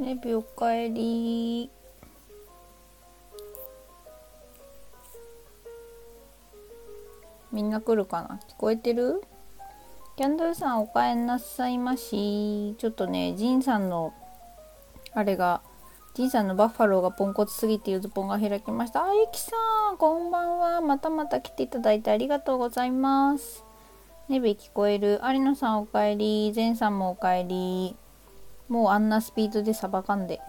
ねびおかえり。みんな来るかな、聞こえてる？キャンドルさんおかえんなさいまし。ちょっとね、ジンさんのバッファローがポンコツすぎてゆずぽんが開きました。ゆきさんこんばんは。またまた来ていただいてありがとうございます。ねび聞こえる？有野さんおかえり。ゼンさんもおかえり。もうあんなスピードでさばかんで、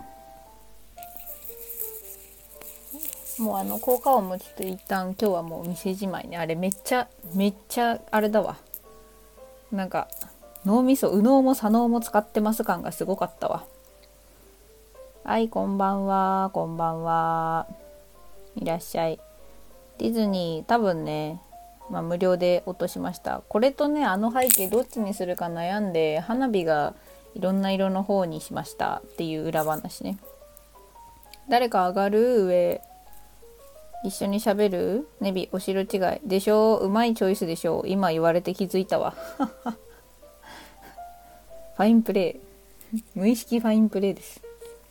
もう効果音もちょっと一旦今日はもう店じまいね。あれめっちゃあれだわ。なんか脳みそ右脳も左脳も使ってます感がすごかったわ。はい、こんばんは。こんばんは。いらっしゃい。ディズニー多分ね、無料で落としました。これとね、背景どっちにするか悩んで、花火がいろんな色の方にしましたっていう裏話ね。誰か上がる？上一緒に喋る？ネビお城違いでしょう。うまいチョイスでしょう。今言われて気づいたわ。ファインプレー。無意識ファインプレーです。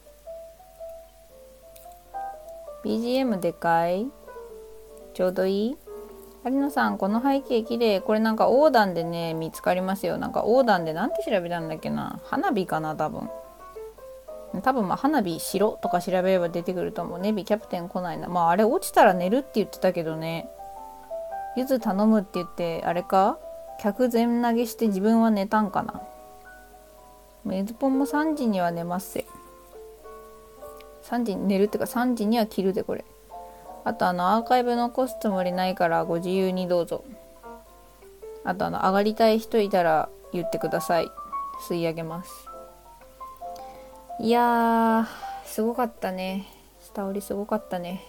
BGM でかい？ちょうどいい？有野さんこの背景綺麗。これなんか横断でね見つかりますよ。なんか横断でなんて調べたんだっけな、花火かな。多分花火白とか調べれば出てくると思う。ネビキャプテン来ないな。あれ落ちたら寝るって言ってたけどね。ゆず頼むって言ってあれか、客全投げして自分は寝たんかな。ゆずぽんも3時には寝ますせ。3時に寝るってか3時には切るでこれ。あとアーカイブ残すつもりないからご自由にどうぞ。あと上がりたい人いたら言ってください。吸い上げます。いやーすごかったね。スタオリすごかったね。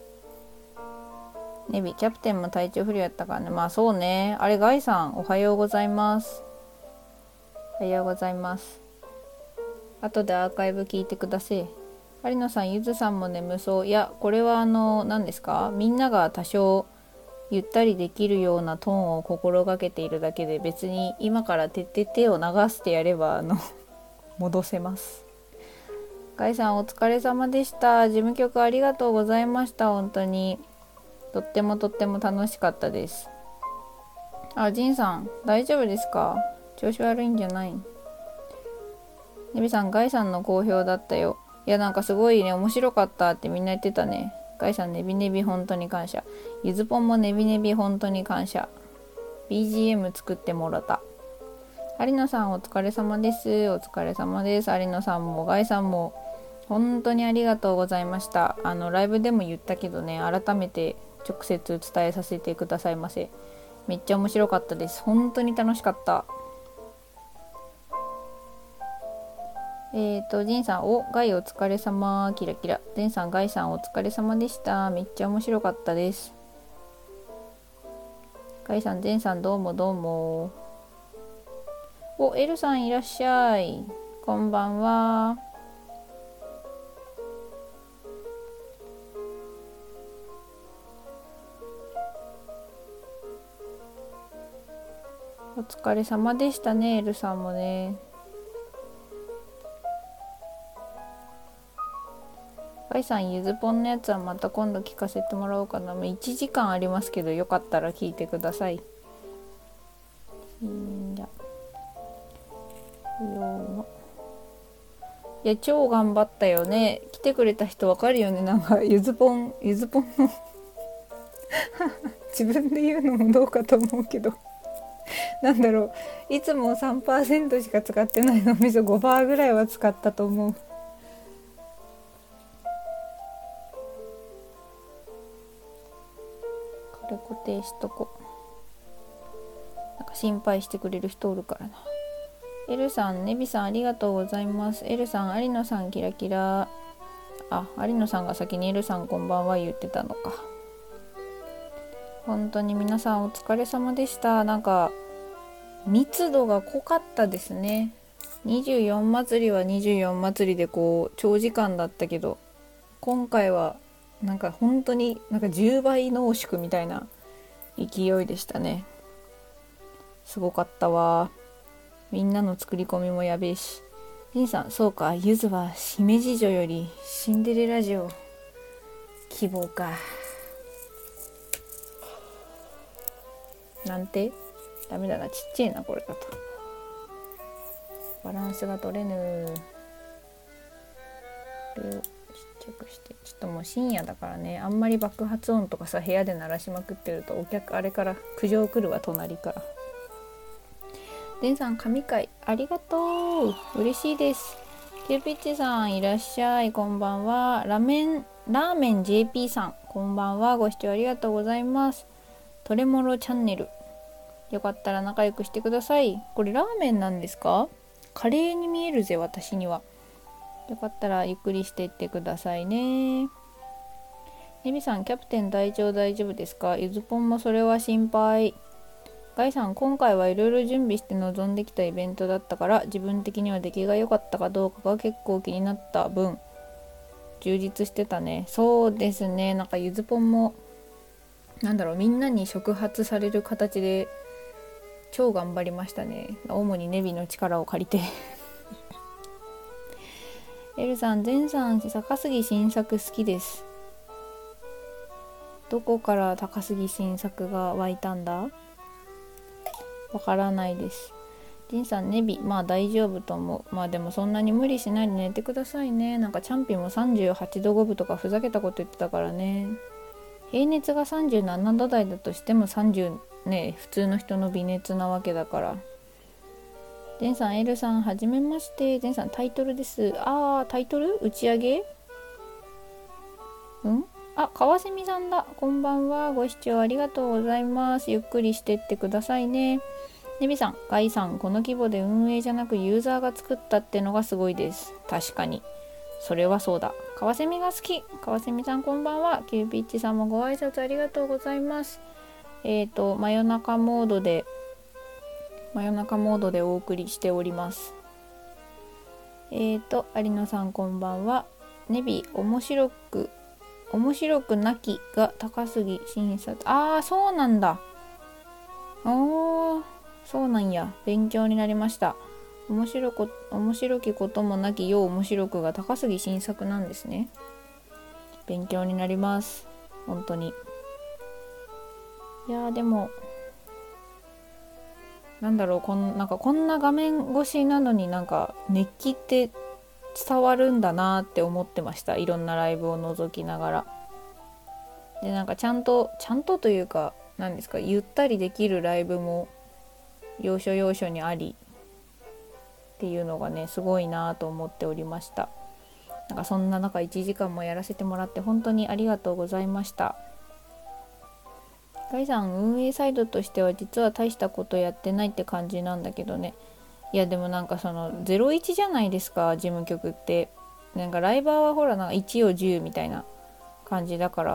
ネビキャプテンも体調不良やったからね。そうね。あれガイさんおはようございます。おはようございます。後でアーカイブ聞いてください。有野さん、ゆずさんも眠そう。いや、これは何ですか？みんなが多少ゆったりできるようなトーンを心がけているだけで、別に今から手を流してやれば戻せます。ガイさんお疲れ様でした。事務局ありがとうございました。本当にとっても楽しかったです。ジンさん大丈夫ですか？調子悪いんじゃない？ネビさん、ガイさんの好評だったよ。いや、なんかすごいね、面白かったってみんな言ってたね。ガイさん、ネビネビ本当に感謝。ゆずぽんもネビネビ本当に感謝。BGM 作ってもらった。有野さん、お疲れ様です。お疲れ様です。有野さんもガイさんも本当にありがとうございました。ライブでも言ったけどね、改めて直接伝えさせてくださいませ。めっちゃ面白かったです。本当に楽しかった。ジンさん、ガイお疲れ様、キラキラ。ゼンさん、ガイさんお疲れ様でした。めっちゃ面白かったです。ガイさん、ゼンさん、どうもどうも。エルさんいらっしゃい。こんばんは。お疲れ様でしたね、エルさんもね。ガイさん、ゆずぽんのやつはまた今度聞かせてもらおうかな。もう1時間ありますけど、よかったら聞いてください。いや、超頑張ったよね。来てくれた人わかるよね。なんか、ゆずぽんの自分で言うのもどうかと思うけどなんだろう、いつも 3% しか使ってないのみそ 5% ぐらいは使ったと思う。これ固定しとこう。なんか心配してくれる人おるからな。エルさん、ネビさんありがとうございます。エルさん、有野さんキラキラ。有野さんが先にエルさんこんばんは言ってたのか。本当に皆さんお疲れ様でした。なんか密度が濃かったですね。24祭りは24祭りでこう長時間だったけど、今回はなんか本当になんか10倍濃縮みたいな勢いでしたね。すごかったわ。みんなの作り込みもやべえし、 ジンさん、そうか、ゆずは姫路城よりシンデレラ城希望か。なんてダメだな、ちっちゃいなこれだと。バランスが取れぬ。これをちっちゃくして、ちょっともう深夜だからね、あんまり爆発音とかさ部屋で鳴らしまくってるとお客あれから苦情来るわ、隣から。デンさん、神回ありがとう、嬉しいです。キューピッチさんいらっしゃい、こんばんは。ラーメン JP さん、こんばんは。ご視聴ありがとうございます。トレモロチャンネル、よかったら仲良くしてください。これラーメンなんですか？カレーに見えるぜ、私には。よかったらゆっくりしていってくださいね。ネビさん、キャプテン隊長大丈夫ですか？ゆずぽんもそれは心配。ガイさん、今回はいろいろ準備して臨んできたイベントだったから、自分的には出来が良かったかどうかが結構気になった分、充実してたね。そうですね、なんかゆずぽんもみんなに触発される形で超頑張りましたね。主にネビの力を借りてエルさん、ゼンさん、高杉晋作好きです。どこから高杉晋作が湧いたんだ？わからないです。ジンさん、ネビ、まあ大丈夫と思う。まあでもそんなに無理しないで寝てくださいね。なんかチャンピも38度5分とかふざけたこと言ってたからね。平熱が37度台だとしても30ね、普通の人の微熱なわけだから。ジンさん、エルさん、はじめまして。ジンさん、タイトルです。タイトル打ち上げ？川蝉さんだ。こんばんは。ご視聴ありがとうございます。ゆっくりしてってくださいね。ネビさん、ガイさん、この規模で運営じゃなくユーザーが作ったってのがすごいです。確かに。それはそうだ。川蝉が好き。川蝉さん、こんばんは。キューピッチさんもご挨拶ありがとうございます。真夜中モードでお送りしております。有野さん、こんばんは。ネビ、面白くなきが高杉晋作。そうなんだ。そうなんや。勉強になりました。面白きこともなきよう面白くが高杉晋作なんですね。勉強になります。本当に。いやでもこんな画面越しなのに熱気って伝わるんだなって思ってました。いろんなライブを覗きながら。でちゃんとというか何ですか、ゆったりできるライブも要所要所にありっていうのがね、すごいなと思っておりました。そんな中1時間もやらせてもらって本当にありがとうございました。ガイさん、運営サイドとしては実は大したことやってないって感じなんだけどね。いやでもその01じゃないですか、事務局って。ライバーはほら1を10みたいな感じだから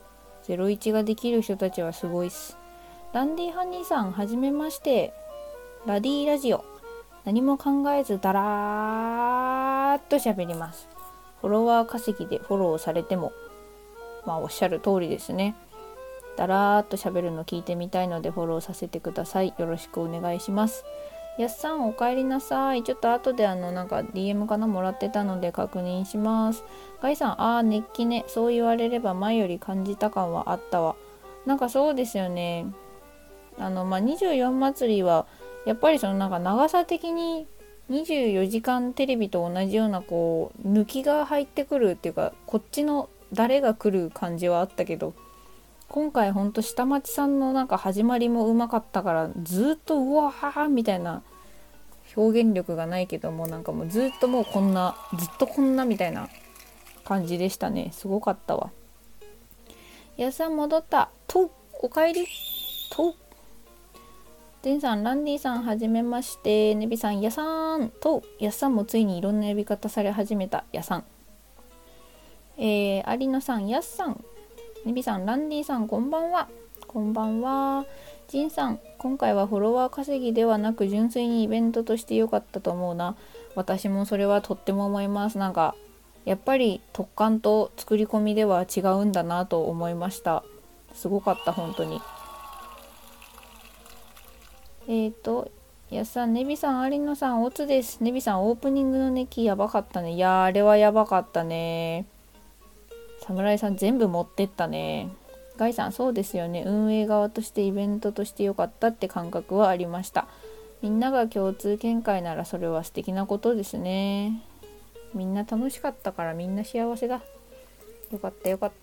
、01ができる人たちはすごいっす。ランディハニーさん、はじめまして。ラディラジオ、何も考えずだらーっと喋ります。フォロワー稼ぎでフォローされてもおっしゃる通りですね。だらーっと喋るの聞いてみたいのでフォローさせてください。よろしくお願いします。やっさん、お帰りなさい。ちょっと後でDM かなもらってたので確認します。ガイさん、熱気ね。そう言われれば前より感じた感はあったわ。そうですよね。24祭りはやっぱり長さ的に24時間テレビと同じような抜きが入ってくるっていうか、こっちの誰が来る感じはあったけど、今回ほんと下町さんの始まりもうまかったから、ずっとうわーみたいな表現力がないけども、もうずっとこんなみたいな感じでしたね。すごかったわ。やさん戻ったと、おかえりと、デンさん、ランディさん、はじめまして。ネビさん、やさーんと、やっさんもついにいろんな呼び方され始めた。やさん。有野さん、やっさん。ネビさん、ランディさん、こんばんは。こんばんは。ジンさん、今回はフォロワー稼ぎではなく純粋にイベントとして良かったと思うな。私もそれはとっても思います。やっぱり特感と作り込みでは違うんだなと思いました。すごかった、本当に。 やさん、ネビさん、有野さん、オツです。ネビさん、オープニングのネキやばかったね。いやー、あれはやばかったね。侍さん全部持ってったね。ガイさん、そうですよね。運営側としてイベントとして良かったって感覚はありました。みんなが共通見解ならそれは素敵なことですね。みんな楽しかったからみんな幸せだ。よかったよかった。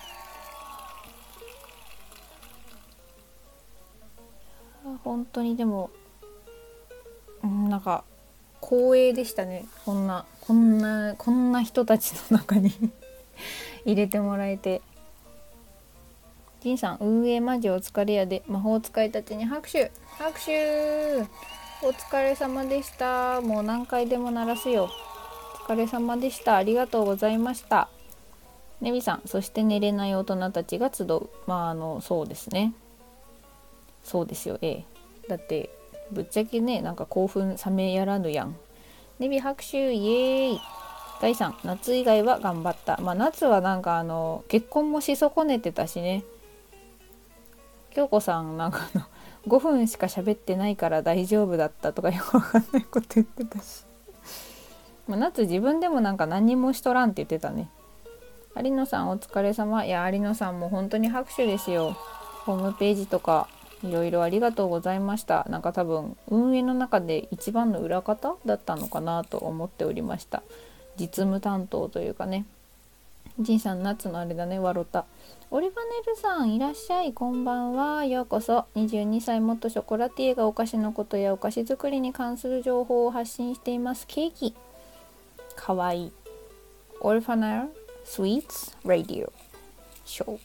本当にでも、なんか光栄でしたね。こんな人たちの中に入れてもらえて。ジンさん、運営マジお疲れやで。魔法使いたちに拍手拍手。お疲れ様でした。もう何回でも鳴らすよ。お疲れ様でした。ありがとうございました。ネビさん、そして寝れない大人たちが集う。そうですね。そうですよ。だってぶっちゃけね、なんか興奮冷めやらぬやん。ネビ拍手イエーイ。ガイさん、夏以外は頑張った。夏はなんか結婚もし損ねてたしね。京子さんなんか5分しか喋ってないから大丈夫だったとかよくわかんないこと言ってたし、夏自分でもなんか何もしとらんって言ってたね。有野さんお疲れ様。いや有野さんも本当に拍手ですよ。ホームページとかいろいろありがとうございました。なんか多分運営の中で一番の裏方だったのかなと思っておりました。実務担当というかね。ジンさん、夏のあれだね、ワロタ。オリバネルさん、いらっしゃい、こんばんは。ようこそ。22歳元ショコラティエがお菓子のことやお菓子作りに関する情報を発信しています。ケーキ。かわいい。オルファナルスイーツラディオショー。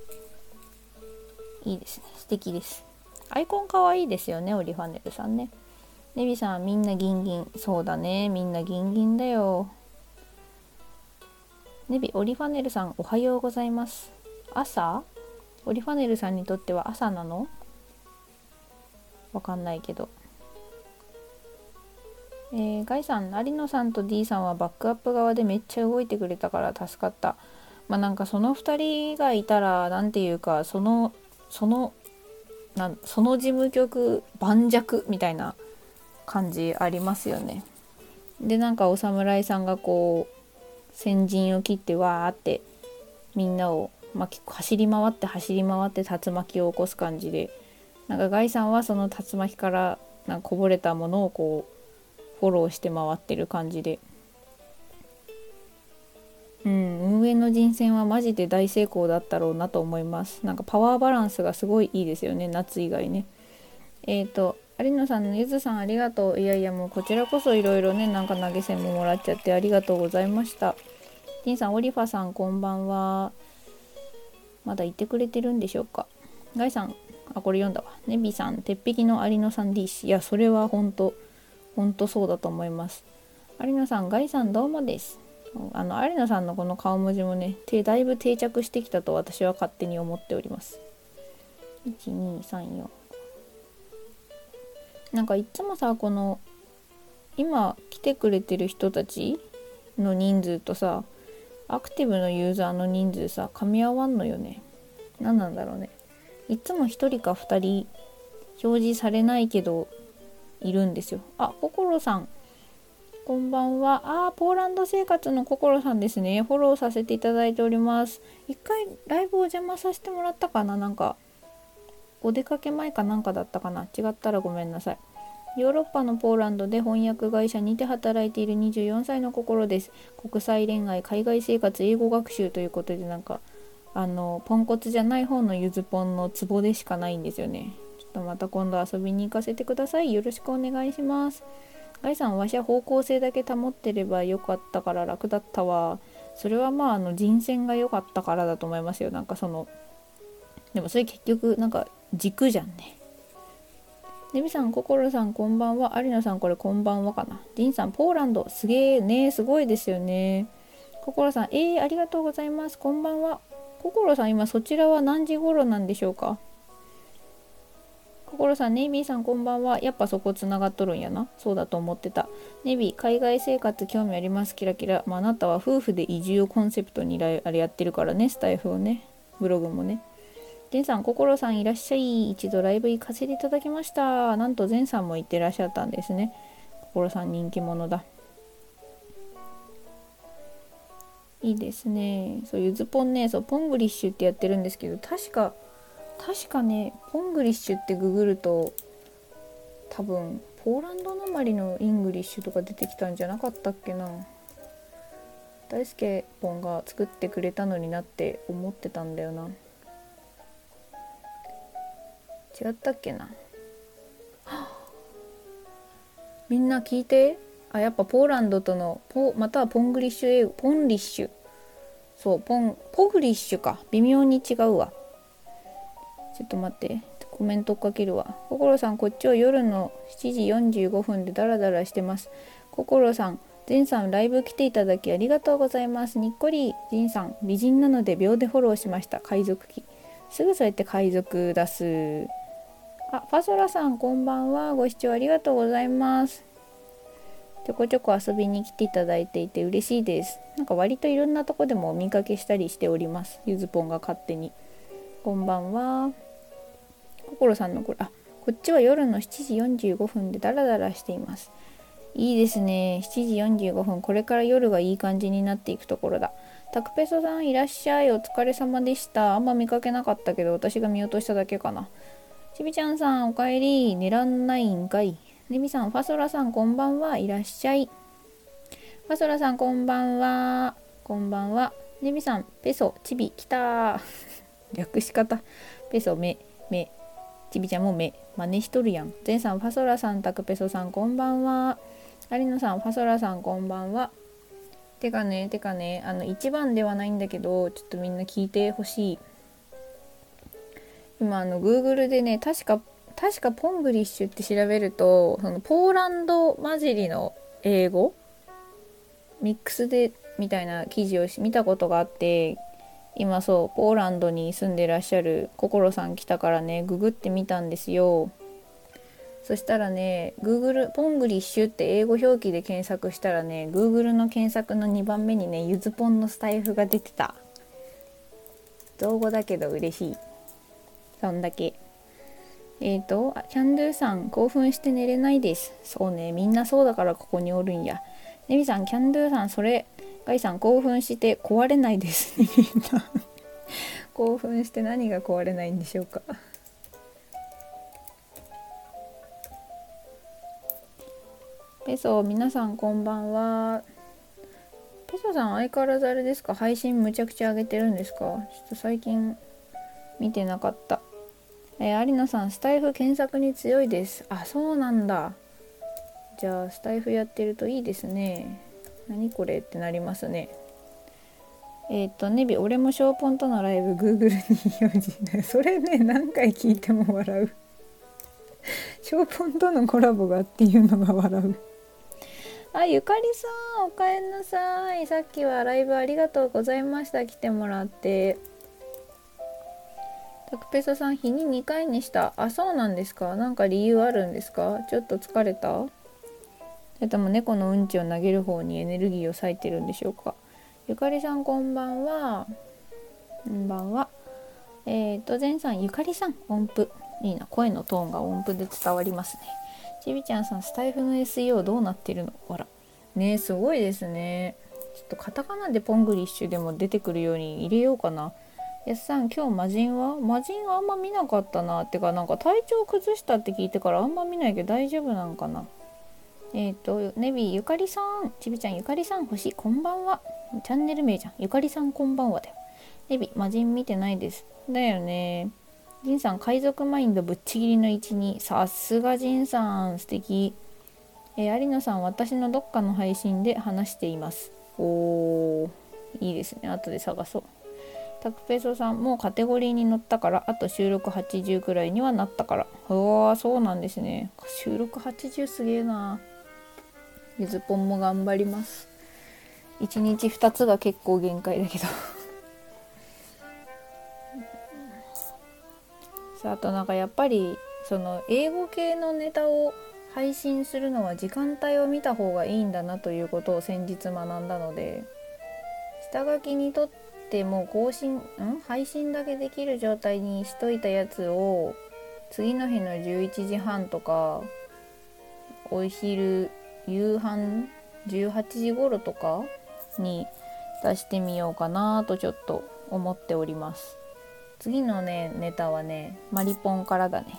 いいですね。素敵です。アイコンかわいいですよね、オリファネルさんね。ネビさん、みんなギンギン。そうだね、みんなギンギンだよ。ネビ、オリファネルさん、おはようございます。朝？オリファネルさんにとっては朝なの？わかんないけど。ガイさん、有野さんと D さんはバックアップ側でめっちゃ動いてくれたから助かった。なんかその2人がいたら、なんていうか、その事務局盤石みたいな感じありますよね。で、なんかお侍さんがこう、先陣を切ってわーってみんなを走り回って竜巻を起こす感じで、なんかガイさんはその竜巻からなんかこぼれたものをこうフォローして回ってる感じで、運営の人選はマジで大成功だったろうなと思います。なんかパワーバランスがすごいいいですよね、夏以外ね。有野さんのゆずさんありがとう。いやいや、もうこちらこそいろいろね、なんか投げ銭ももらっちゃってありがとうございました。ティンさん、オリファさんこんばんは。まだ言ってくれてるんでしょうか。ガイさん、これ読んだわ。ネビさん、鉄壁の有野さん D 氏。いや、それは本当そうだと思います。有野さん、ガイさんどうもです。有野さんのこの顔文字もね、だいぶ定着してきたと私は勝手に思っております。1234。なんかいつもさ、この今来てくれてる人たちの人数とさ、アクティブのユーザーの人数さ、噛み合わんのよね。何なんだろうね。いつも1人か2人表示されないけどいるんですよ。心さんこんばんは。ポーランド生活の心さんですね。フォローさせていただいております。一回ライブお邪魔させてもらったかな。なんかお出かけ前かなんかだったかな。違ったらごめんなさい。ヨーロッパのポーランドで翻訳会社にて働いている24歳の心です。国際恋愛、海外生活、英語学習ということで、なんかポンコツじゃない方のゆずポンのツボでしかないんですよね。ちょっとまた今度遊びに行かせてください。よろしくお願いします。ガイさん、わしは方向性だけ保ってればよかったから楽だったわ。それは人選が良かったからだと思いますよ。なんかでもそれ結局なんか軸じゃんね。ネビさん、心さんこんばんは。有野さんこれこんばんはかな。ジンさん、ポーランドすげえね、すごいですよね。心さん、ありがとうございます。こんばんは。心さん、今そちらは何時頃なんでしょうか。心さん、ネイビーさんこんばんは。やっぱそこつながっとるんやな。そうだと思ってた。ネイビー、海外生活興味あります。キラキラ。あなたは夫婦で移住をコンセプトにあれやってるからね。スタイフをね、ブログもね。 ゼンさん、心さんいらっしゃい。一度ライブ行かせていただきました。なんとゼンさんも行ってらっしゃったんですね。心さん人気者だ。いいですね。そう、ゆずぽんね、そう、ポングリッシュってやってるんですけど、確かね、ポングリッシュってググると、多分、ポーランドなまりのイングリッシュとか出てきたんじゃなかったっけな。大輔ポンが作ってくれたのになって思ってたんだよな。違ったっけな。みんな聞いて。あ、やっぱポーランドとのまたはポングリッシュ英語、ポンリッシュ、そう、ポグリッシュか、微妙に違うわ。ちょっと待って、コメントかけるわ。心さん、こっちは夜の7時45分でダラダラしてます。心さん、ジンさん、ライブ来ていただきありがとうございます。にっこり。ジンさん、美人なので秒でフォローしました。海賊機。すぐそうやって海賊出す。あ、ファソラさん、こんばんは。ご視聴ありがとうございます。ちょこちょこ遊びに来ていただいていて嬉しいです。なんか割といろんなとこでもお見かけしたりしております。ゆずぽんが勝手に。こんばんは。心さんのこっちは夜の7時45分でダラダラしています。いいですね。7時45分。これから夜がいい感じになっていくところだ。タクペソさんいらっしゃい。お疲れ様でした。あんま見かけなかったけど、私が見落としただけかな。ちびちゃんさんおかえり。寝らんないんかい。ねみさん、ファソラさんこんばんは。いらっしゃい。ファソラさんこんばんは。こんばんは。ねみさん、ペソ、チビ、来た。略し方。ペソ、め、ちびちゃんも真似しとるやん。ゼンさん、ファソラさん、タクペソさん、こんばんは。有野さん、ファソラさん、こんばんは。てかね、一番ではないんだけど、ちょっとみんな聞いてほしい。今、Google でね、確かポングリッシュって調べると、そのポーランド混じりの英語ミックスでみたいな記事を見たことがあって、今そうポーランドに住んでらっしゃる心さん来たからね、ググってみたんですよ。そしたらね、Google ポングリッシュって英語表記で検索したらね、 Google の検索の2番目にね、ゆずぽんのスタイフが出てた。造語だけど嬉しい。そんだけ。キャンドゥさん、興奮して寝れないです。そうね、みんなそうだからここにおるんや。ネミさん、キャンドゥさん、それ、ガイさん、興奮して壊れないですね。みんな興奮して何が壊れないんでしょうか。ペソ、皆さんこんばんは。ペソさん、相変わらずあれですか、配信むちゃくちゃ上げてるんですか？ちょっと最近見てなかった。有野さん、スタイフ検索に強いです。あ、そうなんだ。じゃあスタイフやってるといいですね。何これってなりますね。ネビ、俺もショーポンとのライブ Google に表示。それね、何回聞いても笑う。ショーポンとのコラボがっていうのが笑う。あ、ゆかりさん、おかえりなさい。さっきはライブありがとうございました。来てもらって。タクペソさん、日に2回にした。あ、そうなんですか。なんか理由あるんですか？ちょっと疲れた？それとも猫のうんちを投げる方にエネルギーを割いてるんでしょうか。ゆかりさん、こんばんは。こんばんは。ゼンさん、ゆかりさん、音符。いいな、声のトーンが音符で伝わりますね。ちびちゃんさん、スタイフの SEO どうなってるの？わら。ね、すごいですね。ちょっとカタカナでポングリッシュでも出てくるように入れようかな。やすさん、今日魔人はあんま見なかったな。ってか、なんか体調崩したって聞いてからあんま見ないけど大丈夫なんかな。ネビー、ゆかりさん、ちびちゃん、ゆかりさん、星、こんばんは。チャンネル名じゃん。ゆかりさん、こんばんはだよ。ネビ、魔人見てないです。だよね。ジンさん、海賊マインドぶっちぎりの1、2。さすがジンさん、素敵。有野さん、私のどっかの配信で話しています。おー、いいですね。後で探そう。タクペソさん、もうカテゴリーに乗ったから、あと収録80くらいにはなったから。うわー、そうなんですね。収録80すげえな。ゆずぽんも頑張ります。1日2つが結構限界だけどさあ、あとなんかやっぱりその英語系のネタを配信するのは時間帯を見た方がいいんだなということを先日学んだので、下書きにとっってもう配信だけできる状態にしといたやつを次の日の11時半とか夕飯18時頃とかに出してみようかなとちょっと思っております。次のねネタはねマリポンからだね。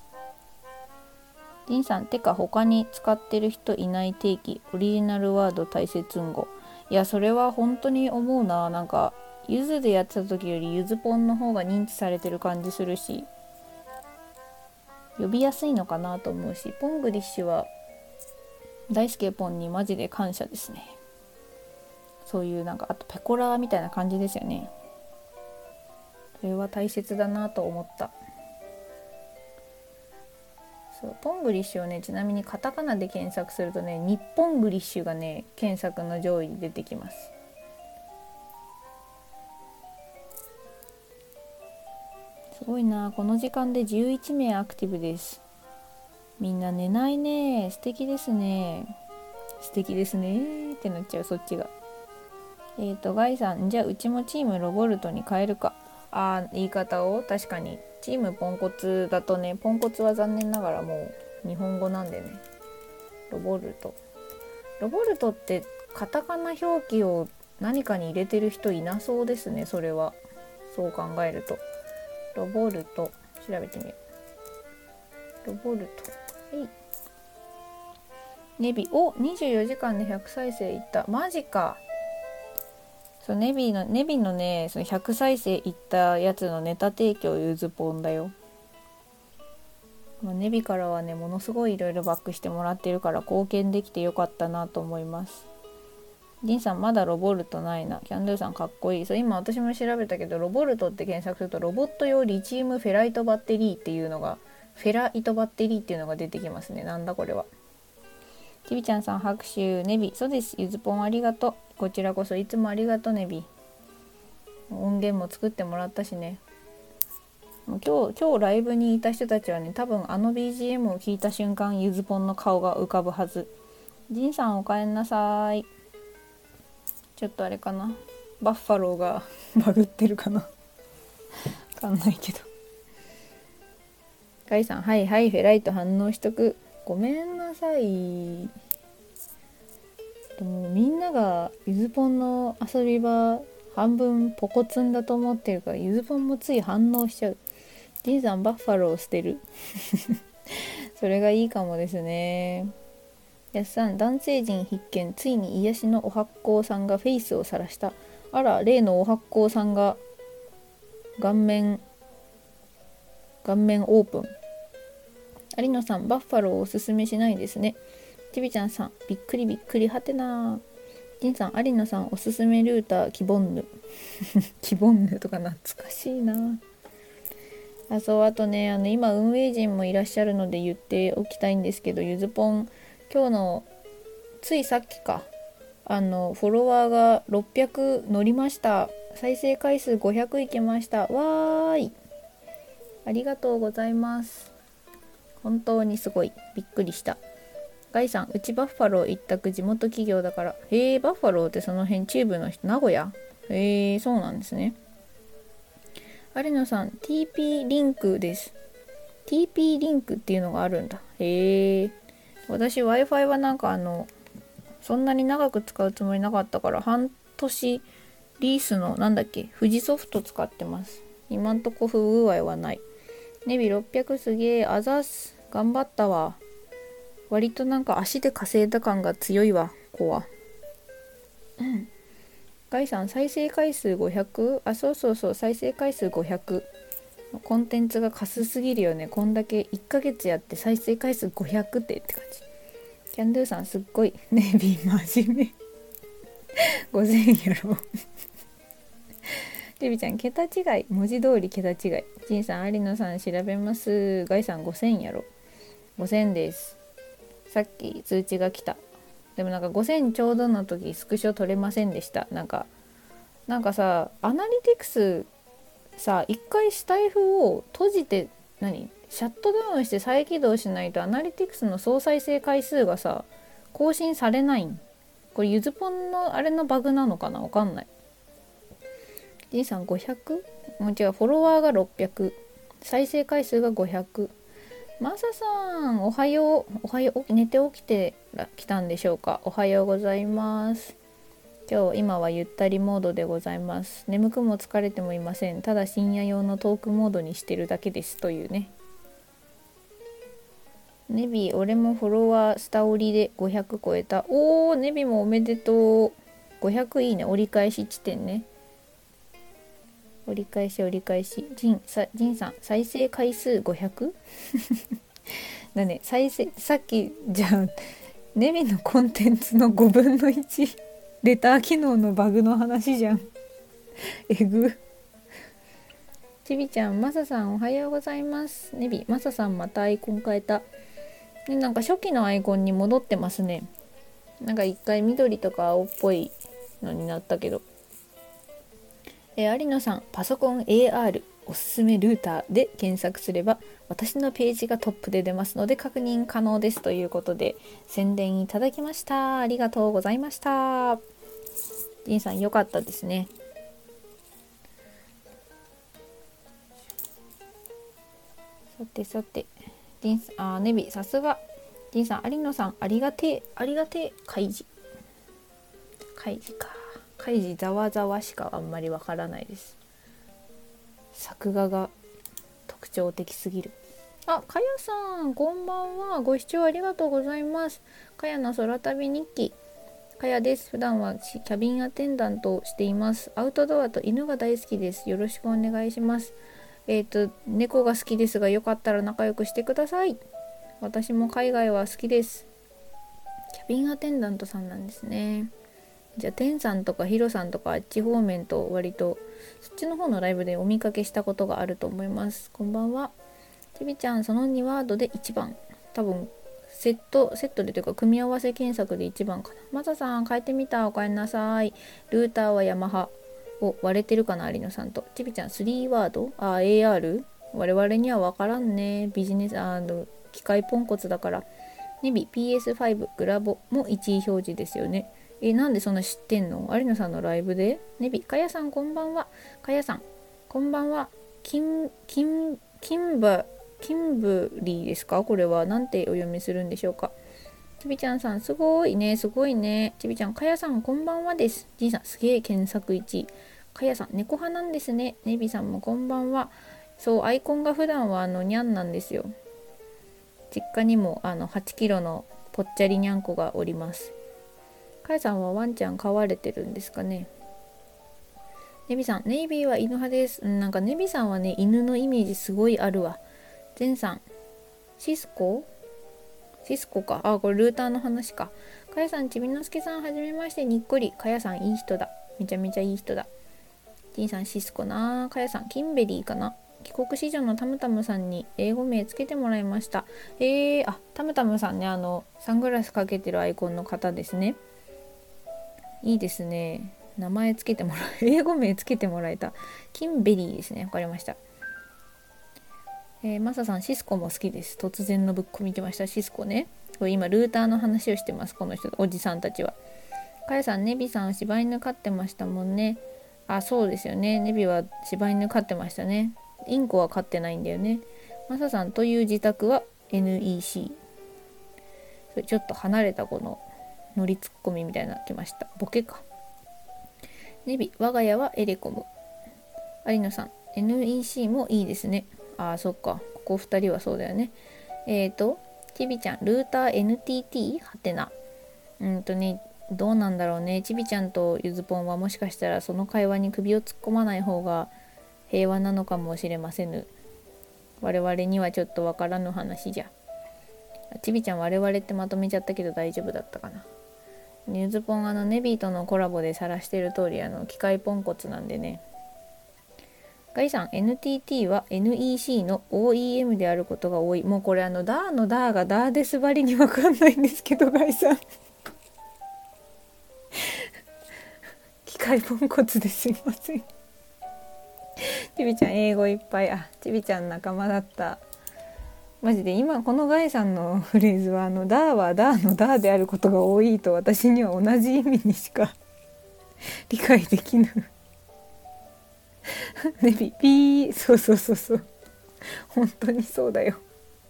ジンさん、てか他に使ってる人いない定期オリジナルワード大切んご。いやそれは本当に思うな。なんかゆずでやってた時よりゆずポンの方が認知されてる感じするし呼びやすいのかなと思うし、ポングリッシュは大輔ポンにマジで感謝ですね。そういうなんかあとペコラーみたいな感じですよね。それは大切だなと思った。そうポングリッシュをねちなみにカタカナで検索するとね日本グリッシュがね検索の上位に出てきます。すごいな。この時間で11名アクティブです。みんな寝ないね。素敵ですね。素敵ですねってなっちゃうそっちが。ガイさん、じゃあうちもチームロボルトに変えるか。言い方を確かにチームポンコツだとね、ポンコツは残念ながらもう日本語なんでね。ロボルトってカタカナ表記を何かに入れてる人いなそうですね。それはそう考えるとロボルト調べてみよう。ロボルト、ネビ24時間で100再生いった。マジか。そうネビのねその100再生いったやつのネタ提供ゆずぽんだよ。ネビからはねものすごいいろいろバックしてもらってるから貢献できてよかったなと思います。ジンさんまだロボルトないな。キャンドゥさんかっこいい。そう今私も調べたけどロボルトって検索するとロボット用リチウムフェライトバッテリーっていうのがフェライトバッテリーっていうのが出てきますね。なんだこれは。ちびちゃんさん拍手。ネビそうです。ゆずぽんありがとう。こちらこそいつもありがとうネビ。音源も作ってもらったしね。今日ライブにいた人たちはね多分あの BGM を聞いた瞬間ゆずぽんの顔が浮かぶはず。ジンさんおかえんなさい。ちょっとあれかなバッファローがバグってるかなわかんないけど。ガイさんはいはいフェライト反応しとく。ごめんなさい。でもみんながゆずぽんの遊び場半分ポコツンだと思ってるからゆずぽんもつい反応しちゃう。ジンさんバッファローを捨てるそれがいいかもですね。やすさん男性陣必見。ついに癒しのお発酵さんがフェイスを晒した。あら例のお発酵さんが顔面オープン。有野さんバッファローをおすすめしないですね。ちびちゃんさんびっくりはてな。ジンさん有野さんおすすめルーターキボンヌキボンヌとか懐かしいな。そうあとね今運営陣もいらっしゃるので言っておきたいんですけどゆずぽん今日のついさっきかフォロワーが600乗りました。再生回数500いけました。わーいありがとうございます。本当にすごいびっくりした。ガイさんうちバッファロー一択地元企業だから。バッファローってその辺中部の人名古屋。そうなんですね。有野さん TP リンクです。 TP リンクっていうのがあるんだ。私 Wi-Fi はなんかそんなに長く使うつもりなかったから半年リースのなんだっけ富士ソフト使ってます。今んとこ不具合はない。ネビ600すげえあざす。頑張ったわ。割となんか足で稼いだ感が強いわ子は。ガイさん再生回数 500？ そう再生回数500。コンテンツがカスすぎるよね。こんだけ1ヶ月やって再生回数500って感じ。キャンドゥさんすっごいネビ真面目5000やろデビちゃん桁違い。文字通り桁違い。ジンさん有野さん調べます。ガイさん5000やろ。5000です。さっき通知が来た。でもなんか5000ちょうどの時スクショ取れませんでした。なんかさアナリティクスさ一回スタイフを閉じてシャットダウンして再起動しないとアナリティクスの総再生回数がさ更新されないん。これゆずぽんのあれのバグなのかなわかんないじいさん 500？ もう違う、フォロワーが600、再生回数が500。マサさんおはよう、おはよう、寝て起きてきたんでしょうか。おはようございます。今はゆったりモードでございます。眠くも疲れてもいません。ただ深夜用のトークモードにしてるだけですというね。ネビ俺もフォロワースタオリで500超えた。おー、ネビもおめでとう。500いいね。折り返し地点ね。折り返し折り返し。ジンさん再生回数 500？ だね、再生さっきじゃあネビのコンテンツの5分の1レター機能のバグの話じゃん。えぐ。ちびちゃん、マサさんおはようございます。ネビ、マサさんまたアイコン変えた。でなんか初期のアイコンに戻ってますね。なんか一回緑とか青っぽいのになったけど。有野さん、パソコン AR おすすめルーターで検索すれば私のページがトップで出ますので確認可能ですということで宣伝いただきました。ありがとうございました。ジンさんよかったですね。さてさて、ネビさすが。ジンさん、有野さんありがてえ開示か。開示ざわざわしかあんまりわからないです。作画が特徴的すぎる。あ、かやさんこんばんは。ご視聴ありがとうございます。かやの空旅日記、かやです。普段はキャビンアテンダントをしています。アウトドアと犬が大好きです。よろしくお願いします。猫が好きですがよかったら仲良くしてください。私も海外は好きです。キャビンアテンダントさんなんですね。じゃあテンさんとかヒロさんとかあっち方面と割とそっちの方のライブでお見かけしたことがあると思います。こんばんは。ちびちゃん、その2ワードで1番。多分セットでというか組み合わせ検索で1番かな。マサさん変えてみた。おかえりなさい。ルーターはヤマハ。割れてるかな有野さんと。ちびちゃん3ワードAR？ 我々には分からんね。ビジネス機械ポンコツだから。ネビ PS5 グラボも1位表示ですよね。なんでそんな知ってんの？有野さんのライブで。ネビ、かやさんこんばんは。かやさんこんばんは。キンブリーですか？これはなんてお読みするんでしょうか。ちびちゃんさんすごいね。ちびちゃん、かやさんこんばんはです。じいさんすげえ検索1位。かやさん猫派なんですね。ネビさんもこんばんは。そう、アイコンが普段はニャンなんですよ。実家にも8キロのぽっちゃりにゃんこがおります。かやさんはワンちゃん飼われてるんですかね。ネビさん、ネイビーは犬派です。なんかネビさんはね、犬のイメージすごいあるわ。ゼンさん、シスコか。これルーターの話か。かやさん、ちびのすけさん、はじめまして、にっこり。かやさん、いい人だ。めちゃめちゃいい人だ。ジンさん、シスコな。かやさん、キンベリーかな。帰国子女のタムタムさんに英語名つけてもらいました。タムタムさんね、サングラスかけてるアイコンの方ですね。いいですね。名前つけてもらう。英語名つけてもらえた。キンベリーですね。わかりました。マサさん、シスコも好きです。突然のぶっこみ来ました。シスコね。これ今ルーターの話をしてます。この人、おじさんたちは。かやさん、ネビさん柴犬飼ってましたもんね。そうですよね。ネビは柴犬飼ってましたね。インコは飼ってないんだよね。マサさんという自宅は NEC。それちょっと離れたこの乗りツッコミみたいなの来ました。ボケか。ネビ、我が家はエレコム。有野さん、NEC もいいですね。そっか。ここ2人はそうだよね。ちびちゃん、ルーター NTT？ はてな。どうなんだろうね。ちびちゃんとゆずぽんはもしかしたらその会話に首を突っ込まない方が平和なのかもしれませぬ。我々にはちょっとわからぬ話じゃ。ちびちゃん我々ってまとめちゃったけど大丈夫だったかな。ゆずぽんネビーとのコラボで晒してる通り機械ポンコツなんでね。ガイさん、 NTT は NEC の OEM であることが多い。もうこれダーのダーがダーですばりにわかんないんですけど、ガイさん機械ポンコツですいません。ちびちゃん英語いっぱい。ちびちゃん仲間だった。マジで今このガイさんのフレーズはダーはダーのダーであることが多いと私には同じ意味にしか理解できぬ。 ネビピー、そうそうそうそう、本当にそうだよ。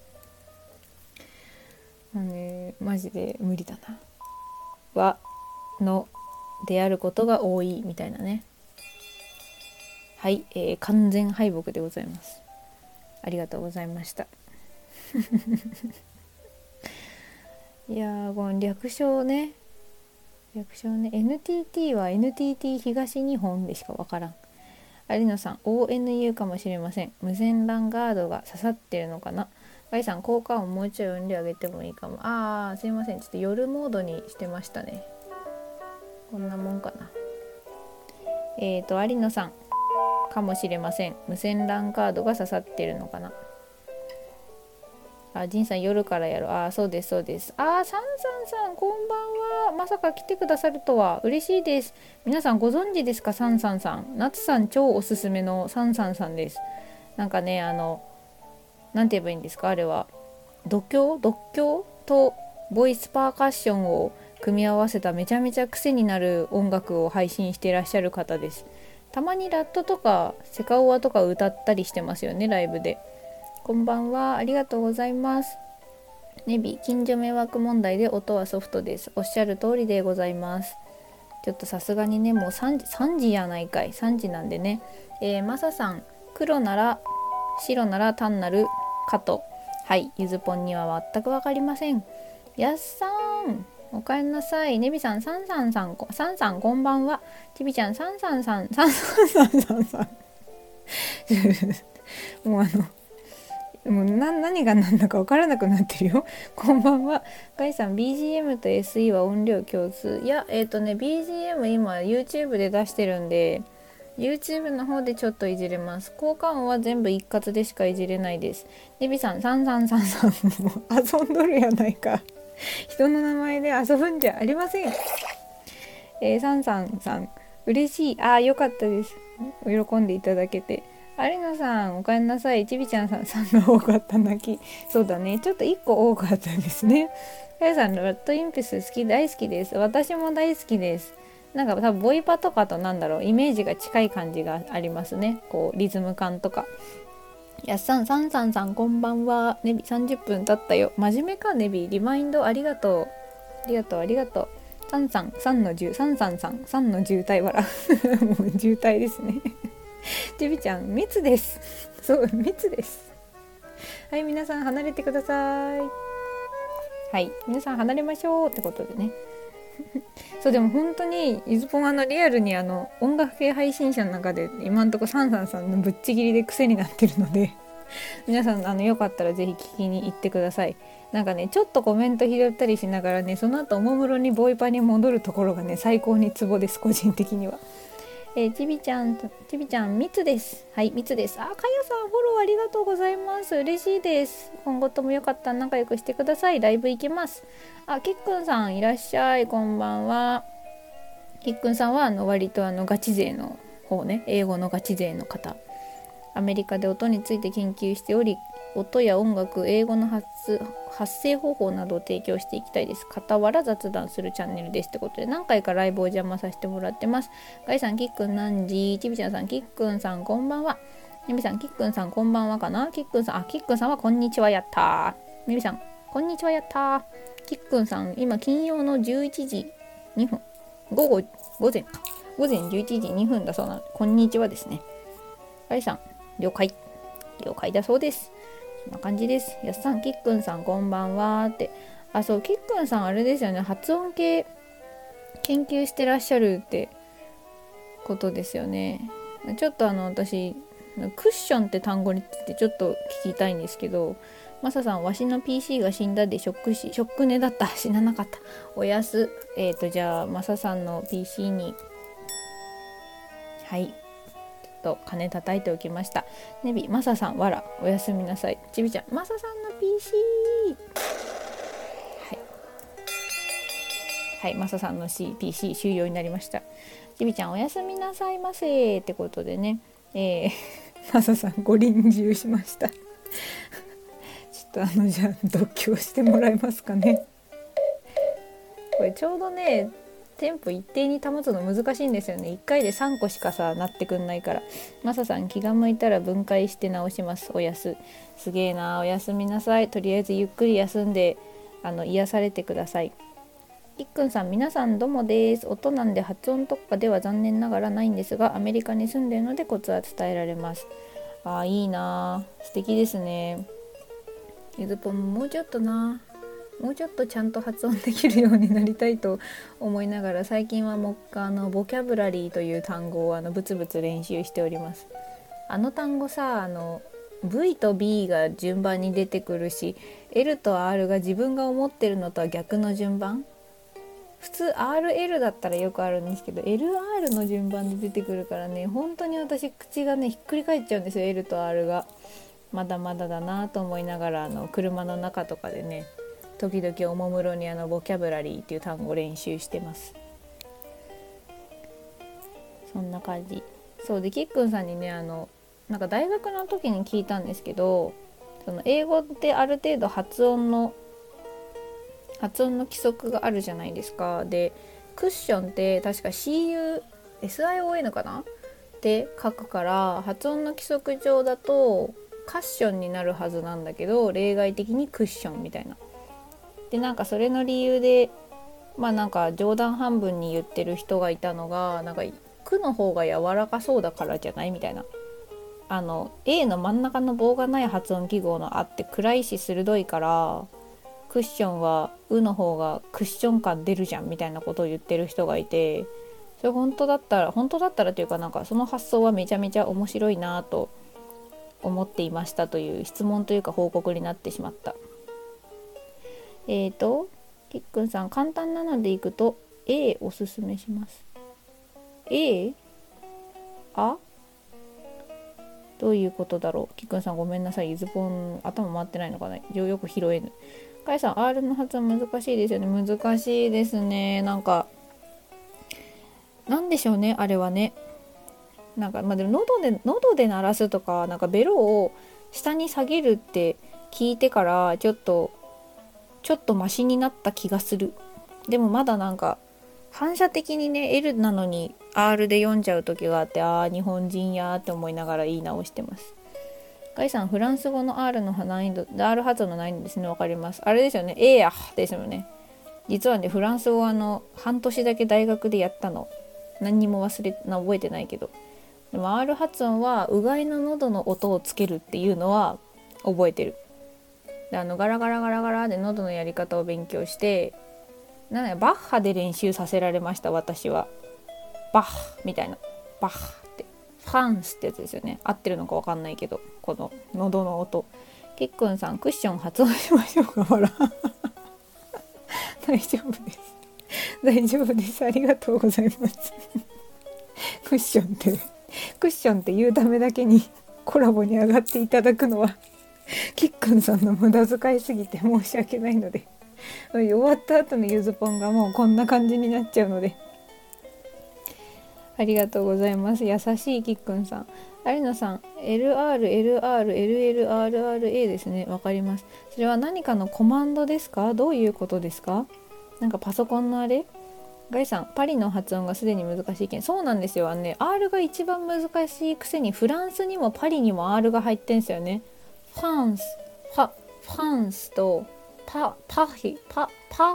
マジで無理だな。和のであることが多いみたいなね。はい、完全敗北でございます。ありがとうございました。いやー、この略称ね、NTT は NTT 東日本でしかわからん。有野さん ONU かもしれません。無線 LAN ガードが刺さってるのかな。ガイさん効果音もうちょい音量上げてもいいかも。すいません、ちょっと夜モードにしてましたね。こんなもんかな。有野さんかもしれません。無線 LAN カードが刺さってるのかな。ジンさん夜からやる。そうですそうです。サンさんこんばんは。まさか来てくださるとは嬉しいです。皆さんご存知ですか？サンさん。夏さん超おすすめのサンさんです。なんかね、なんて言えばいいんですか、あれは読経とボイスパーカッションを組み合わせためちゃめちゃ癖になる音楽を配信していらっしゃる方です。たまにラットとかセカオワとか歌ったりしてますよね、ライブで。こんばんは、ありがとうございます。ネビ、近所迷惑問題で音はソフトです。おっしゃる通りでございます。ちょっとさすがにね、もう3時やないかい。3時なんでね。マサさん、黒なら白なら単なるかと。はい、ゆずぽんには全くわかりません。やっさん、おかえりなさい。ネビさん、サンさんこんばんは。ちびちゃん、サンさんもうもう何が何だか分からなくなってるよ。こんばんは。ガイさん BGM と SE は音量共通。いやBGM 今 YouTube で出してるんで YouTube の方でちょっといじれます。効果音は全部一括でしかいじれないです。ネビさんもう遊んどるやないか。人の名前で遊ぶんじゃありません。サンさん嬉しい。よかったです。喜んでいただけて。有野さんおかえりなさい。ちびちゃんさんが多かった泣き。そうだね、ちょっと1個多かったですね。かやさんラッドインプス大好きです。私も大好きです。なんか多分ボイパとかとなんだろう、イメージが近い感じがありますね。こうリズム感とか。やっさんさんこんばんは。ネビ30分経ったよ。真面目かネビ、リマインドありがとう。ありがとう。3の渋滞笑もう渋滞ですね。ちびちゃん密です。そう密です。はい、皆さん離れてください。はい、皆さん離れましょうってことでね。そうでも本当にゆずぽんリアルに音楽系配信者の中で今んとこサンのぶっちぎりで癖になってるので皆さんよかったらぜひ聞きに行ってください。なんかね、ちょっとコメント拾ったりしながらね、その後おもむろにボイパに戻るところがね最高にツボです、個人的には。ちびちゃん密です。はい、密です。かやさんフォローありがとうございます。嬉しいです。今後ともよかったら仲良くしてください。ライブ行きます。きっくんさんいらっしゃい、こんばんは。きっくんさんは割とガチ勢の方ね、英語のガチ勢の方。アメリカで音について研究しており、音や音楽、英語の発声方法などを提供していきたいです。傍ら雑談するチャンネルですってことで、何回かライブを邪魔させてもらってます。ガイさん、きっくん何時？ちびちゃんさん、きっくんさんこんばんは。みみさん、きっくんさんこんばんはかな。きっくんさんはこんにちはやったー。みみさん、こんにちはやったー。きっくんさん、今金曜の11時2分、午前11時2分だそうなので、こんにちはですね。ガイさん、了解だそうです。そんな感じです。やっさん、きっくんさんこんばんはって。そう、きっくんさんあれですよね、発音系研究してらっしゃるってことですよね。ちょっと私クッションって単語についてちょっと聞きたいんですけど、マサさん、わしの PC が死んだでショック寝だった。死ななかった。おやす。じゃあマサさんの PC にはい鐘叩いておきました。ネビ、マサさん、わら、おやすみなさい。ちびちゃん、マサさんの PC。はい、マサさんの PC 終了になりました。ちびちゃん、おやすみなさいませってことでね、マサさんご臨終しました。ちょっとじゃあ読経してもらえますかね。これちょうどね、 テンポ一定に保つの難しいんですよね。1回で3個しかさなってくんないから。マサさん、気が向いたら分解して直します。おやす。すげえな。おやすみなさい。とりあえずゆっくり休んで癒されてください。いっくんさん、皆さんどうもです。音なんで発音とかでは残念ながらないんですが、アメリカに住んでいるのでコツは伝えられます。あー、いいな。素敵ですね。ゆずぽんももうちょっとちゃんと発音できるようになりたいと思いながら、最近はもうボキャブラリーという単語をブツブツ練習しております。単語さ、V と B が順番に出てくるし、 L と R が自分が思ってるのとは逆の順番。普通 RL だったらよくあるんですけど、 LR の順番で出てくるからね、本当に私口がねひっくり返っちゃうんですよ、 L と R が。まだまだだなと思いながら車の中とかでね、時々おもむろにボキャブラリーっていう単語を練習してます。そんな感じ。そうで、キックンさんにねなんか大学の時に聞いたんですけど、その英語ってある程度発音の規則があるじゃないですか。で、クッションって確か CUSION かなって書くから、発音の規則上だとカッションになるはずなんだけど、例外的にクッションみたいな。で、なんかそれの理由でなんか冗談半分に言ってる人がいたのが、なんかクの方が柔らかそうだからじゃないみたいな。A の真ん中の棒がない発音記号のあって暗いし鋭いから、クッションはうの方がクッション感出るじゃんみたいなことを言ってる人がいて、それ本当だったらというか、なんかその発想はめちゃめちゃ面白いなと思っていましたという質問というか報告になってしまった。キックンさん、簡単なのでいくと A おすすめします。 A？ あ、どういうことだろう。キックンさんごめんなさい、ゆずぽん頭回ってないのかな、よく拾えぬ。かいさん、 R の発音難しいですよね。難しいですね。なんかなんでしょうね、あれはね。なんかでも喉で鳴らすとか、なんかベロを下に下げるって聞いてからちょっとマシになった気がする。でもまだなんか反射的にね L なのに R で読んじゃう時があって、あー日本人やーって思いながら言い直してます。ガイさん、フランス語の R の難易度、R 発音の難易度ですね。わかります。あれですよね、えやですよね。実はね、フランス語半年だけ大学でやったの。何にも覚えてないけど。でも R 発音はうがいの喉の音をつけるっていうのは覚えてる。で、ガラガラガラガラで喉のやり方を勉強して、バッハで練習させられました、私は。バッハみたいな。バッハって。ファンスってやつですよね。合ってるのかわかんないけど、この喉の音。キックンさん、クッション発音しましょうか。ほら。大丈夫です。大丈夫です。ありがとうございます。クッションって言うためだけにコラボに上がっていただくのはキックンさんの無駄遣いすぎて申し訳ないので、終わった後のゆずぽんがもうこんな感じになっちゃうので、ありがとうございます。優しいキックンさん。有野さん、 LRLRLLRRA ですね。わかります。それは何かのコマンドですか？どういうことですか？なんかパソコンのあれ？ガイさん、パリの発音がすでに難しい件。そうなんですよ。R が一番難しいくせにフランスにもパリにも R が入ってんすよね。ファンス、ファンスとパヒ、パ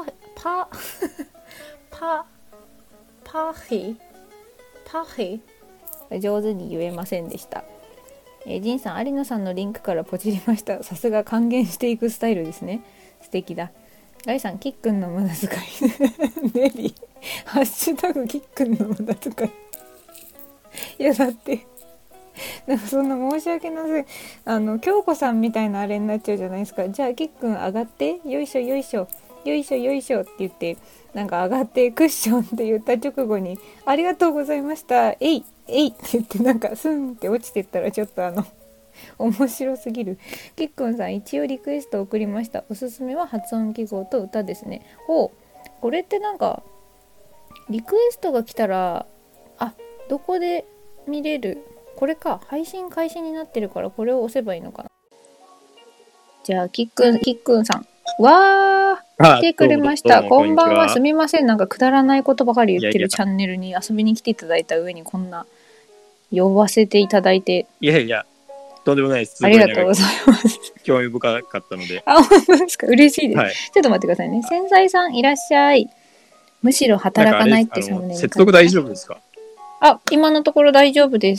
ヒ上手に言えませんでした。ジンさん、有野さんのリンクからポチりました。さすが還元していくスタイルですね。素敵だ。ガイさん、キックンの無駄遣いネビハッシュタグキックンの無駄遣いいやだってなんかそんな申し訳なさい、京子さんみたいなあれになっちゃうじゃないですか。じゃあキックン上がって、よいしょよいしょよいしょよいしょって言って、なんか上がってクッションって言った直後にありがとうございましたえいえいって言って、なんかスンって落ちてったらちょっと面白すぎる。キックンさん、一応リクエスト送りました。おすすめは発音記号と歌ですね。ほう、これってなんかリクエストが来たら、どこで見れる？これか、配信開始になってるからこれを押せばいいのかな。じゃあキックンさん、わー来てくれました。こんばんは。すみみません。なんかくだらないことばかり言っていやいやるチャンネルに遊びに来ていただいた上にこんな呼ばせていただいていやいや、とんでもないです。すあごいりがとうございます。 興味深かったので。 あ、本当ですか。嬉しいです。 はい。 ちょっと待ってくださいね。繊細さんいらっしゃい。むしろなん働かあれです、 かないってサムネに書いて接続大丈夫ですか？ あ、今のところ大丈夫です。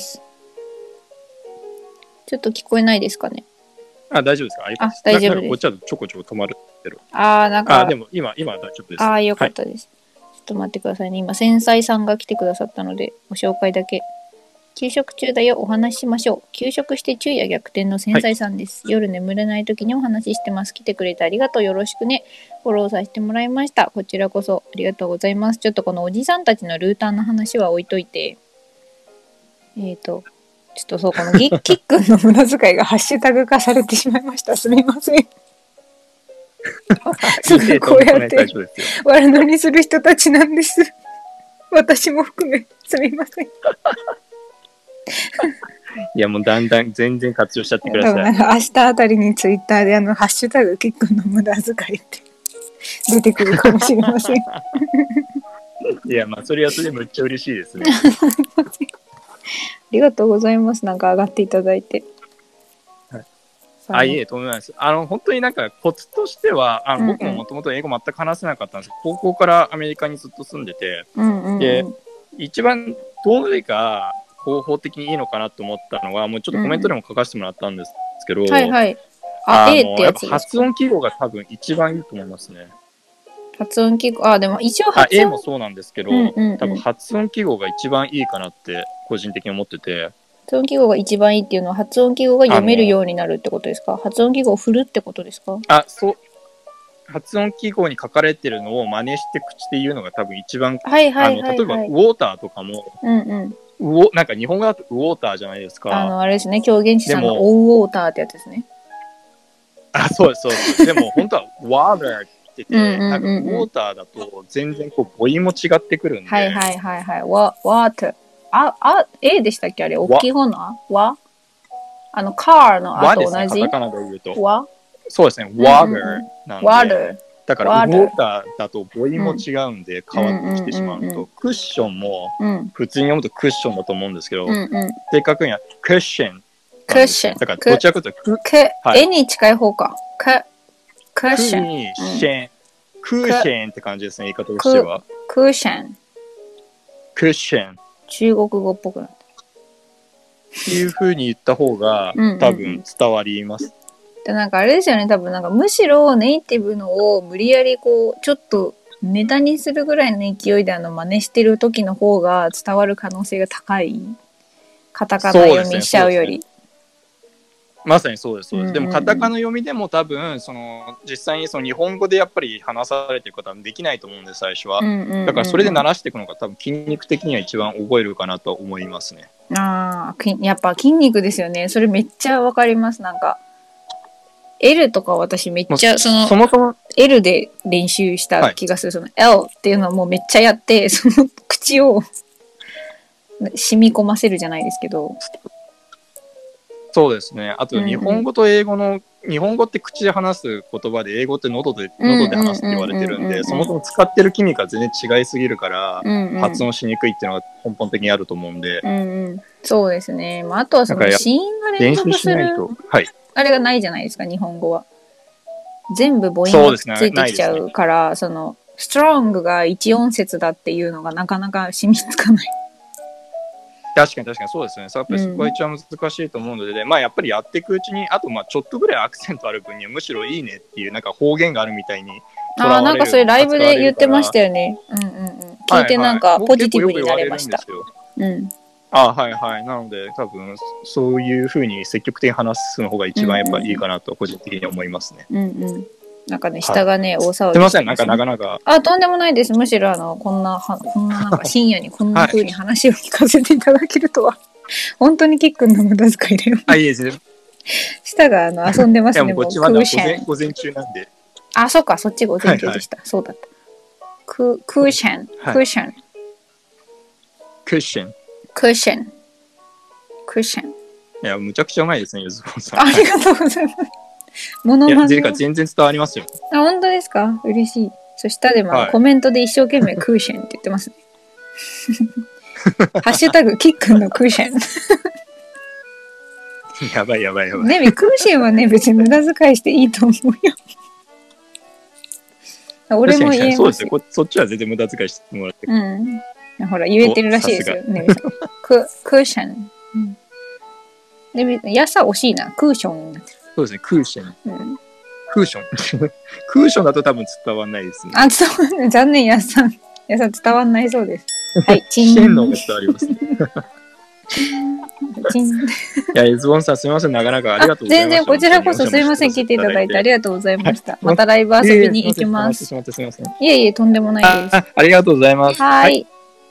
ちょっと聞こえないですかね。 あ、大丈夫ですか？ あ、大丈夫です。 なんかこっちはちょこちょこ止まるけど。 なんか、 でも今は大丈夫です。 よかったです。ちょっと待ってくださいね。今、繊細さんが来てくださったので、ご紹介だけ。休食中だよ、お話ししましょう。休食して昼夜逆転の繊細さんです。夜眠れない時にお話ししてます。来てくれてありがとう。よろしくね。フォローさせてもらいました。こちらこそありがとうございます。ちょっとこのおじさんたちのルーターの話は置いといて、ちょっとそう、このキックンの無駄遣いがハッシュタグ化されてしまいました。すみません。すぐこうやって悪乗りする人たちなんです。私も含め、すみません。 いやもうだんだん全然活用しちゃってください。 なんか明日あたりにツイッターでハッシュタグキックンの無駄遣いって出てくるかもしれません。いやまあそれはそれでめっちゃ嬉しいですね。 ありがとうございます。なんか上がっていただいて。 いえ、とんでもないです。本当になんかコツとしては、僕ももともと英語全く話せなかったんですけど、高校からアメリカにずっと住んでて、で、一番どれが方法的にいいのかなと思ったのは、もうちょっとコメントでも書かせてもらったんですけど、 はいはい。A ってやつですか？ 発音記号が多分一番いいと思いますね。 発音記号、でも一応発音。 A もそうなんですけど、多分発音記号が一番いいかなって個人的に思ってて。 発音記号が一番いいっていうのは発音記号が読めるようになるってことですか？発音記号を振るってことですか？ そう。発音記号に書かれてるのを真似して口で言うのが多分一番、例えばウォーターとかも、なんか日本語だとウォーターじゃないですか。 あれですね、狂言師さんのオウウォーターってやつですね。 そうですそうです。でも本当はワーターって言ってて、なんかウォーターだと全然こう母音も違ってくるんで。 ワーター。A でしたっけあれ、大きい方のカーのあと同じ。 カタカナで言うと。 ワそうですね、water なんで。だからウォーターだと母音も違うんで変わってきてしまうと、クッションも普通に読むとクッションだと思うんですけど、正確にはクッション。 クッション。 だからどちらかというと絵に近い方か。クッション。 クーシェンって感じですね、言い方としては。 クーシェン。 クッション。 中国語っぽくなった。 っていう風に言った方が多分伝わります。 でなんかあれですよね、多分なんかむしろネイティブのを無理やりこうちょっとネタにするぐらいの勢いで真似してる時の方が伝わる可能性が高い。カタカナ読みしちゃうより。 まさにそうですそうです。でもカタカナ読みでも多分実際に日本語でやっぱり話されてる方はできないと思うんで最初は。だからそれで慣らしていくのが多分筋肉的には一番覚えるかなと思いますね。 やっぱ筋肉ですよね。それめっちゃわかります。なんか L とか私めっちゃそもそも L で練習した気がする。その L っていうのはもうめっちゃやってその口を染み込ませるじゃないですけど。 そうですね。あと日本語と英語の、日本語って口で話す言葉で英語って喉で話すって言われてるんで、そもそも使ってる筋肉が全然違いすぎるから、発音しにくいっていうのが根本的にあると思うんで。 そうですね。あとはその子音が連続するあれがないじゃないですか、日本語は。全部母音がついてきちゃうから、ストロングが一音節だっていうのがなかなか染みつかない。 確かにそうですね。そこは一番難しいと思うので、やっぱりやっていくうちに、あとちょっとぐらいアクセントある分にはむしろいいねっていうなんか方言があるみたいに捉われる。 なんかそれライブで言ってましたよね。聞いてなんかポジティブになれました。 なので多分そういう風に積極的に話すの方が一番やっぱいいかなと個人的に思いますね。 なんかね、下がね、大騒ぎ。すみません、なんかなかなか。 とんでもないです。むしろこんななんか深夜にこんな風に話を聞かせていただけるとは、本当にキックンの無駄遣いだよ。 いいですね。 下が遊んでますね。 もうこっちまだ午前中なんで。 そうか、そっち午前中でした。そうだった。クーシェン。クーシェン。 クッション。 クッション。クッション。 いや、むちゃくちゃうまいですね、ゆずぽんさん。 ありがとうございます。 モノマネ。 いや、全然伝わりますよ。 あ、本当ですか？嬉しい。そしたでも、 はいコメントで一生懸命クーシェンって言ってますね。ハッシュタグキックンのクーシェン。 やばい。 ねび、クーシェンはね、別に無駄遣いしていいと思うよ。俺も言えますよ。 そうですよ。そっちは全然無駄遣いしてもらってる。 うん。ほら、言えてるらしいですよ、ねびさん。クーション。ねび、やさ惜しいな。クーションになってる。 そうですね、クーション。クーション。クーションだと多分伝わんないですね。 あ、伝わんない。残念、やさん。やさん伝わんないそうです。はい、 チンのが伝わります。 チン。 いや、ズボンさんすみません、なかなかありがとうございました。 全然こちらこそすみません、来ていただいてありがとうございました。またライブ遊びに行きます。 すみません。 いえいえ、とんでもないです。 ありがとうございます。 はい、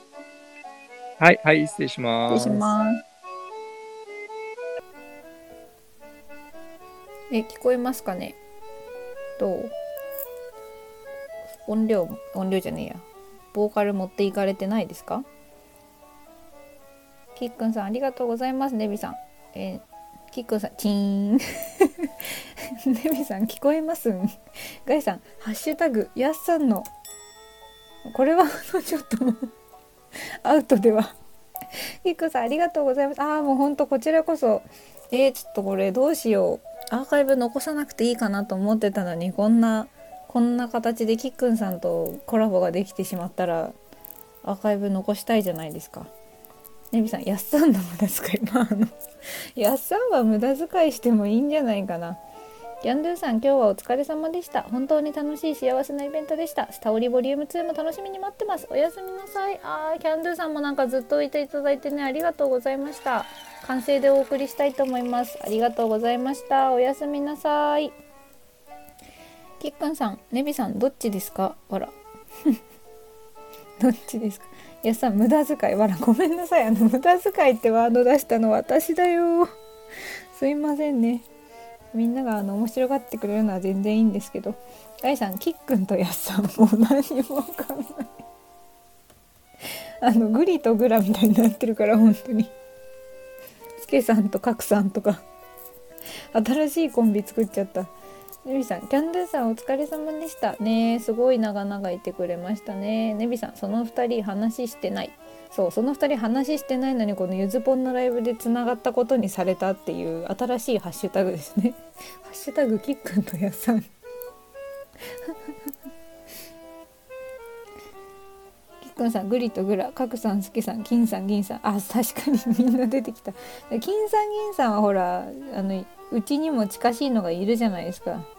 失礼します。 失礼します。聞こえますかね？どう？音量じゃねえや。ボーカル持っていかれてないですか？キックンさんありがとうございます。ネビさん、キックンさんチーンネビさん聞こえますん？ガイさんハッシュタグやっさんのこれはちょっとアウトではキックンさんありがとうございます。もうほんとこちらこそちょっとこれどうしよう。アーカイブ残さなくていいかなと思ってたのにこんな形でキックンさんとコラボができてしまったらアーカイブ残したいじゃないですか。ネビさん、やっさんの無駄遣い。やっさんは無駄遣いしてもいいんじゃないかな。ギャンドゥさん、今日はお疲れ様でした。本当に楽しい幸せなイベントでした。スタオリボリューム2も楽しみに待ってます。おやすみなさい。キャンドゥさんもなんかずっといていただいてね、ありがとうございました。完成でお送りしたいと思います。ありがとうございました。おやすみなさい。キックンさん、ネビさん、どっちですか？ほら。どっちですか？いやさ、無駄遣い。ごめんなさい。無駄遣いってワード出したの私だよ。すいませんね。みんなが面白がってくれるのは全然いいんですけど。ガイさん、キックンとやっさん、もう何もわかんない。グリとグラみたいになってるから、本当に。スケさんとカクさんとか、新しいコンビ作っちゃった。ネビさん、キャンドゥさんお疲れ様でしたね。すごい長々いてくれましたね。ネビさん、その2人話してない。そう、その2人話してないのにこのゆずぽんのライブでつながったことにされたっていう新しいハッシュタグですね。ハッシュタグキックンとやっさん。キックンさん、グリとグラ、カクさん、スケさん、金さん、銀さん。確かにみんな出てきた。金さん、銀さんはほらうちにも近しいのがいるじゃないですか。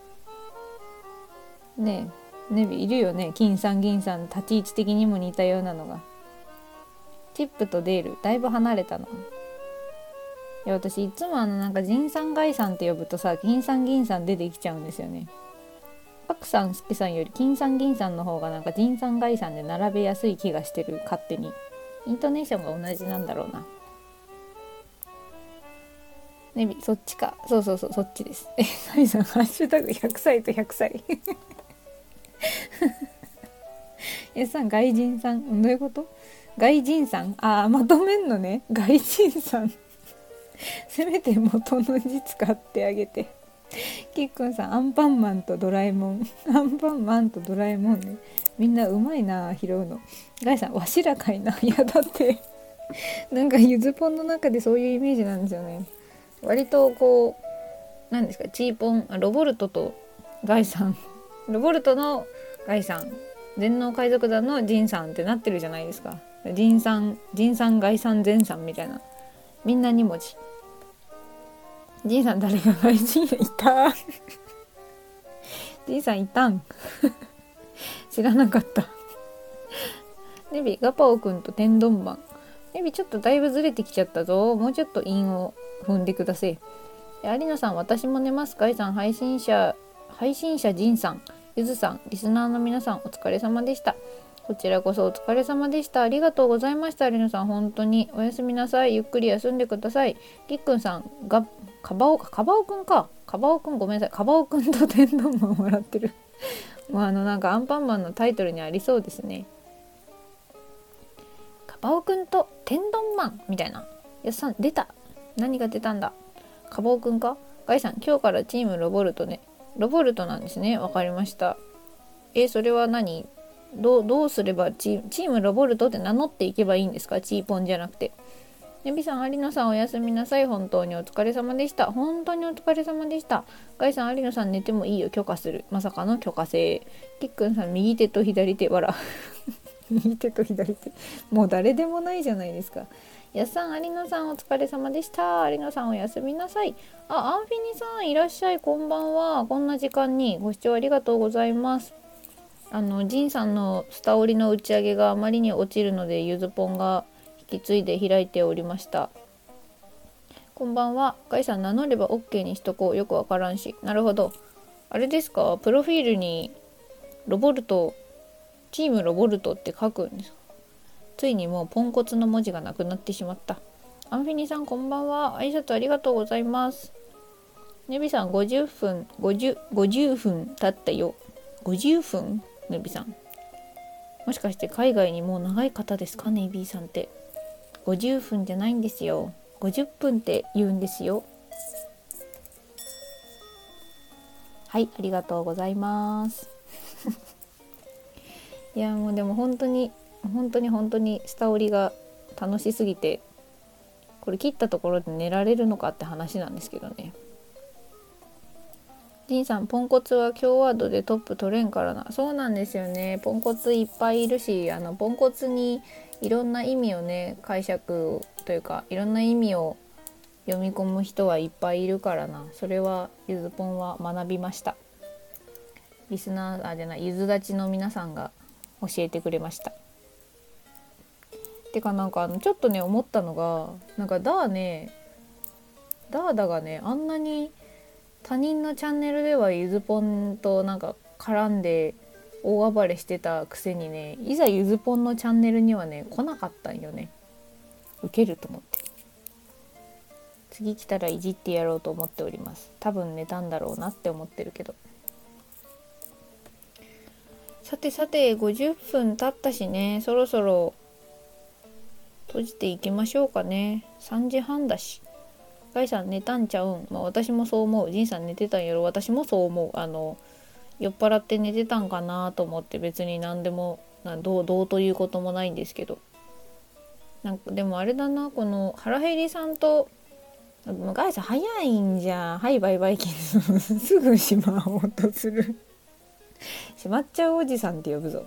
ねえ、ネビいるよね。金さん銀さん立ち位置的にも似たようなのが。チップとデールだいぶ離れたの。いや私いつもなんか仁さんガイさんって呼ぶとさ、金さん銀さん出てきちゃうんですよね。パクさんスケさんより金さん銀さんの方がなんか仁さんガイさんで並べやすい気がしてる。勝手にイントネーションが同じなんだろうな。ネビそっちか。そうそっちです。ガイさんハッシュタグ100歳と100歳やさん外人さんどういうこと？外人さんまとめんのね。外人さんせめて元の字使ってあげて。キックンさんアンパンマンとドラえもん。アンパンマンとドラえもんね。みんなうまいな拾うの。ガイさんわしらかいな。いやだってなんかゆずぽんの中でそういうイメージなんですよね。割とこうなんですか、チーポンロボルトとガイさん、ロボルトのガイさん、全農海賊団のジンさんってなってるじゃないですか。ジンさんガイさんゼンさんみたいな、みんな2文字。ジンさん誰が外人？いたジンさんいたん知らなかったネビガパオくんと天丼マン。ネビちょっとだいぶずれてきちゃったぞ。もうちょっと韻を踏んでください。有野さん私も寝ます。ガイさん配信者ジンさん、ゆずさん、リスナーの皆さんお疲れ様でした。こちらこそお疲れ様でした。ありがとうございました。有野さん本当におやすみなさい。ゆっくり休んでください。キックンさんがカバオくんごめんなさい。カバオくんと天丼マン笑ってるもうなんかアンパンマンのタイトルにありそうですね。カバオくんと天丼マンみたいな。やさん出た。何が出たんだ。カバオくんか。 ガイさん、今日からチームロボルトね。ロボルトなんですね。わかりました。それは何？どうすればチームロボルトって名乗っていけばいいんですか？チーポンじゃなくて。ネビさん、有野さんおやすみなさい。本当にお疲れ様でした。本当にお疲れ様でした。ガイさん、有野さん寝てもいいよ。許可する。まさかの許可制。キックンさん、右手と左手。わら。右手と左手。もう誰でもないじゃないですか。やっさん、有野さんお疲れ様でした。有野さんおやすみなさい。アンフィニさんいらっしゃい。こんばんは。こんな時間にご視聴ありがとうございます。ジンさんのスタオリの打ち上げがあまりに落ちるので、ゆずぽんが引き継いで開いておりました。こんばんは。ガイさん、名乗れば OK にしとこう。よくわからんし。なるほど。あれですか、プロフィールにロボルト、チームロボルトって書くんですか？ついにもうポンコツの文字がなくなってしまった。アンフィニさん、こんばんは。挨拶ありがとうございます。ネビさん、50分経ったよ。50分？ネビさん、もしかして海外にもう長い方ですか？ネビーさんって。50分じゃないんですよ。50分って言うんですよ。はい、ありがとうございます。いや、もうでも本当にスタオリが楽しすぎて、これ切ったところで寝られるのかって話なんですけどね。ジンさん、ポンコツは強ワードでトップ取れんからな。そうなんですよね。ポンコツいっぱいいるし、ポンコツにいろんな意味をね、解釈というかいろんな意味を読み込む人はいっぱいいるからな。それはゆずぽんは学びました。リスナーじゃない、ゆず立ちの皆さんが教えてくれました。てかなんかちょっとね思ったのが、なんかダーダがね、あんなに他人のチャンネルではゆずぽんとなんか絡んで大暴れしてたくせにね、いざゆずぽんのチャンネルにはね来なかったんよね。ウケると思って、次来たらいじってやろうと思っております。多分寝たんだろうなって思ってるけど。さてさて、50分経ったしね、そろそろ閉じていきましょうかね。3時半だし。ガイさん寝たんちゃうん。まあ私もそう思う。ジンさん寝てたんやろ。私もそう思う。酔っ払って寝てたんかなと思って、別に何でもどうということもないんですけど、なんかでもあれだな、この腹減りさんとガイさん早いんじゃん。はい、バイバイキンすぐしまおうとするしまっちゃうおじさんって呼ぶぞ。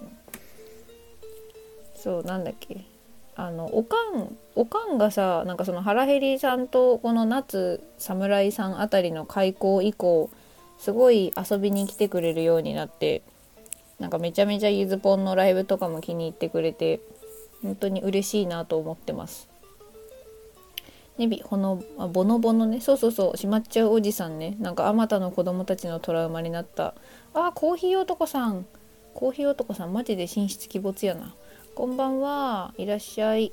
そう、なんだっけ、おかんがさ、なんかその腹減りさんとこの夏侍さんあたりの開校以降、すごい遊びに来てくれるようになって、なんかめちゃめちゃゆずぽんのライブとかも気に入ってくれて、本当に嬉しいなと思ってます。ネビボノボノね、そうしまっちゃうおじさんね、なんかあまたの子供たちのトラウマになった。コーヒー男さんマジで神出鬼没やな。こんばんは、いらっしゃい。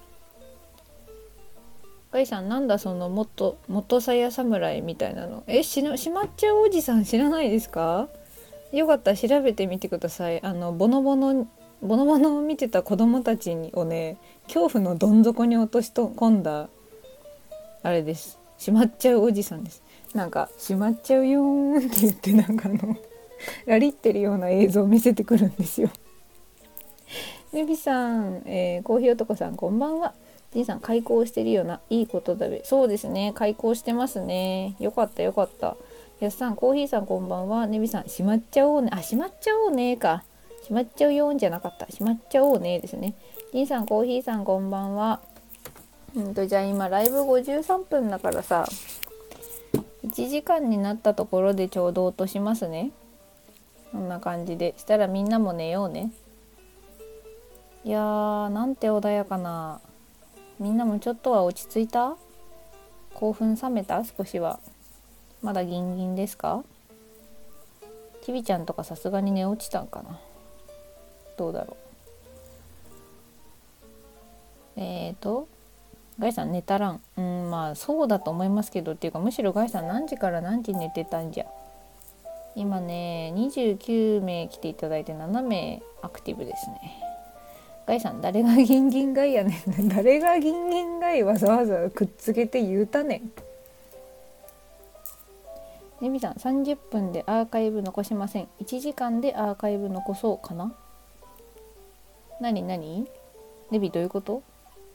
ガイさん、なんだその元さや侍みたいなの。しまっちゃうおじさん知らないですか？よかったら調べてみてください。ボノボノを見てた子供たちをね、恐怖のどん底に落とし込んだあれです。しまっちゃうおじさんです。なんかしまっちゃうよーんって言って、なんかラリってるような映像を見せてくるんですよ。ネビさん、コーヒー男さん、こんばんは。じいさん、開校してるよな。いいことだべ。そうですね、開校してますね。よかったよかった。やっさん、コーヒーさん、こんばんは。ネビさん、しまっちゃおうね。しまっちゃおうねか。しまっちゃうよんじゃなかった。しまっちゃおうねですね。じいさん、コーヒーさん、こんばんは。じゃあ今ライブ53分だからさ、1時間になったところでちょうど落としますね。こんな感じでしたらみんなも寝ようね。いやー、なんて穏やかな。みんなもちょっとは落ち着いた？興奮冷めた？少しは。まだギンギンですか？ちびちゃんとかさすがに寝落ちたんかな。どうだろう。ガイさん寝たらん。まあそうだと思いますけど、っていうかむしろガイさん何時から何時寝てたんじゃ。今ね、29名来ていただいて7名アクティブですね。ガイさん、誰がギンギンガイやねん誰がギンギンガイわざわざくっつけて言うたねん。 ねびさん30分でアーカイブ残しません。1時間でアーカイブ残そうかな。何ねびどういうこと？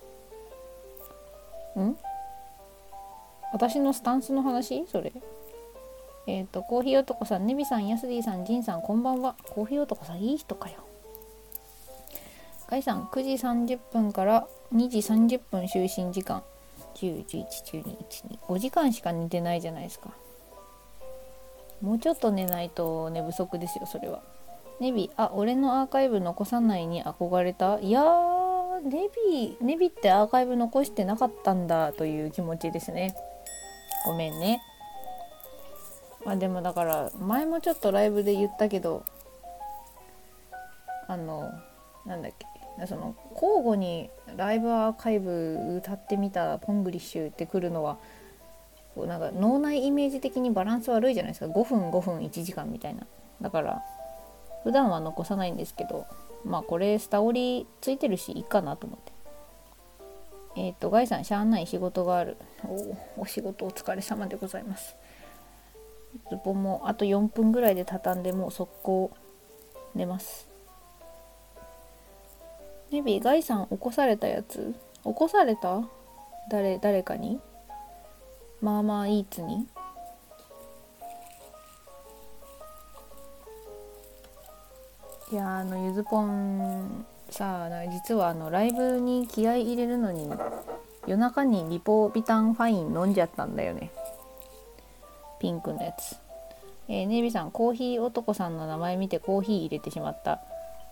私のスタンスの話それ。コーヒー男さん、ねびさん、ヤスディさん、ジンさん、こんばんは。コーヒー男さんいい人かよ。ガイさん、9時30分から2時30分就寝時間。10、11、12、12、5時間しか寝てないじゃないですか。もうちょっと寝ないと寝不足ですよ、それは。ネビ、俺のアーカイブ残さないに憧れた。いやー、ネビってアーカイブ残してなかったんだという気持ちですね。ごめんね。でもだから前もちょっとライブで言ったけど、なんだっけ、その交互にライブアーカイブ歌ってみたポングリッシュってくるのはこうなんか脳内イメージ的にバランス悪いじゃないですか。5分5分1時間みたいな。だから普段は残さないんですけど、これスタオリついてるしいいかなと思って。ガイさん、しゃあない仕事がある。お仕事お疲れ様でございます。ズボンもあと4分ぐらいで畳んでもう速攻寝ます。ネビー、ガイさん起こされたやつ？起こされた？誰かに？イーツに？いやゆずぽんさ、実はライブに気合い入れるのに夜中にリポビタンファイン飲んじゃったんだよね。ピンクのやつ。ネビさん、コーヒー男さんの名前見てコーヒー入れてしまった。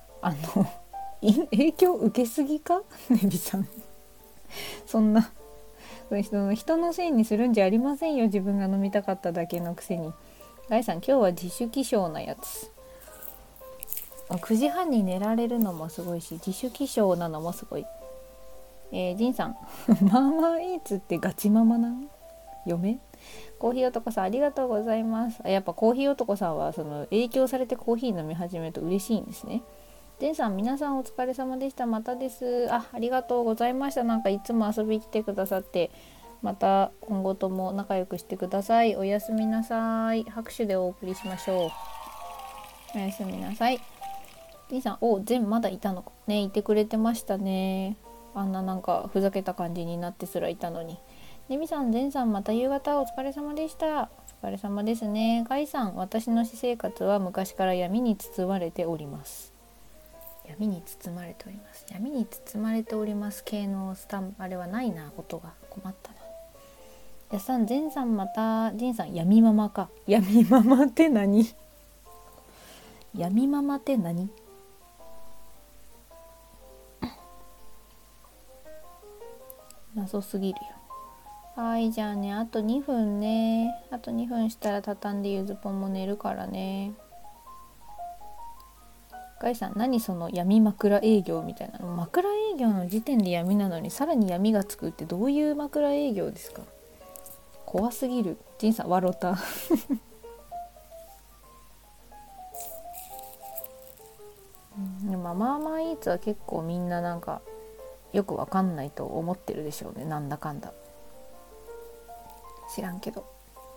影響受けすぎかネビさんそんな人のせいにするんじゃありませんよ。自分が飲みたかっただけのくせに。ガイさん、今日は自主起床なやつ。9時半に寝られるのもすごいし、自主起床なのもすごい。ジンさんイーツってガチママなん嫁？コーヒー男さん、ありがとうございます。やっぱコーヒー男さんはその影響されてコーヒー飲み始めると嬉しいんですね。ジンさん、皆さんお疲れ様でした。またです。ありがとうございました。なんかいつも遊びに来てくださって、また今後とも仲良くしてください。おやすみなさい。拍手でお送りしましょう。おやすみなさい。ジンさん、全まだいたのね。いてくれてましたね。あんななんかふざけた感じになってすらいたのに。ねみさん、ゼンさん、また夕方お疲れ様でした。お疲れ様ですね。ガイさん、私の私生活は昔から闇に包まれております。闇に包まれております。闇に包まれております系のスタンプ、あれはないな、ことが困ったな。やさん、ゼンさん、また、ジンさん、闇ママか。闇ママって何？闇ママって何？謎すぎるよ。はい、じゃあね、あと2分ね。あと2分したら畳んでゆずぽんも寝るからね。ガイさん、何その闇枕営業みたいな。枕営業の時点で闇なのにさらに闇がつくってどういう枕営業ですか？怖すぎる。ジンさん、笑ったでもイーツは結構みんななんかよくわかんないと思ってるでしょうね。なんだかんだ知らんけど。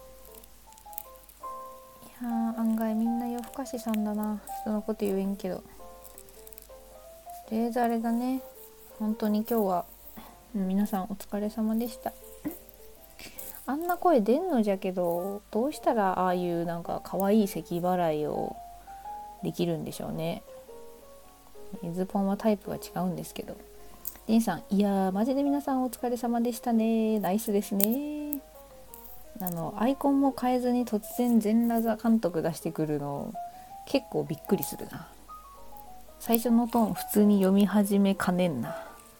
いや案外みんな夜更かしさんだな。人のこと言えんけど。とりあえずあれだね。本当に今日は皆さんお疲れ様でした。あんな声出んのじゃけど、どうしたらああいうなんか可愛い咳払いをできるんでしょうね。ゆずぽんはタイプが違うんですけど。りんさん、いやマジで皆さんお疲れ様でしたね。ナイスですね。アイコンも変えずに突然全裸座監督出してくるの結構びっくりするな。最初のトーン普通に読み始めかねんな。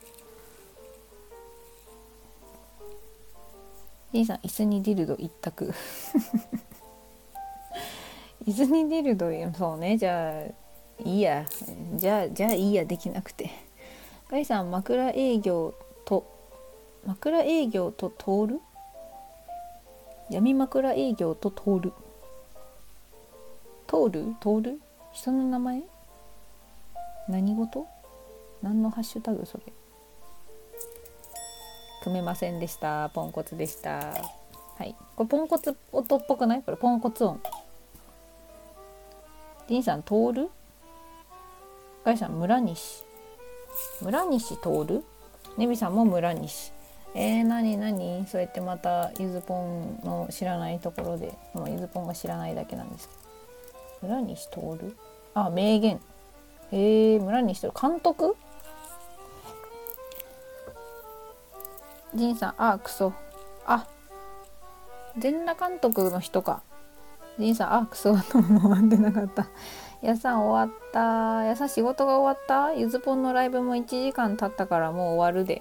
りんさん、椅子にディルド一択椅子にディルド、そうね、じゃあいいや、じゃあいいや、できなくて。ガイさん、枕営業と通る？闇枕営業と通る人の名前？何事？何のハッシュタグそれ？組めませんでした。ポンコツでした。 はい。これポンコツ音っぽくない？これポンコツ音。ジンさん、通る？ガイさん、村西。村西通る？ネビさんも村西。なにそうやってまたゆずぽんの知らないところで、ゆずぽんが知らないだけなんですけど。村西通る？あ、名言。村西通る。監督？ジンさん、あ、クソ。あ、全裸監督の人か。ジンさん、あ、クソ。もう終わってなかった。やさん終わった。やさん仕事が終わった。ゆずぽんのライブも1時間経ったからもう終わるで。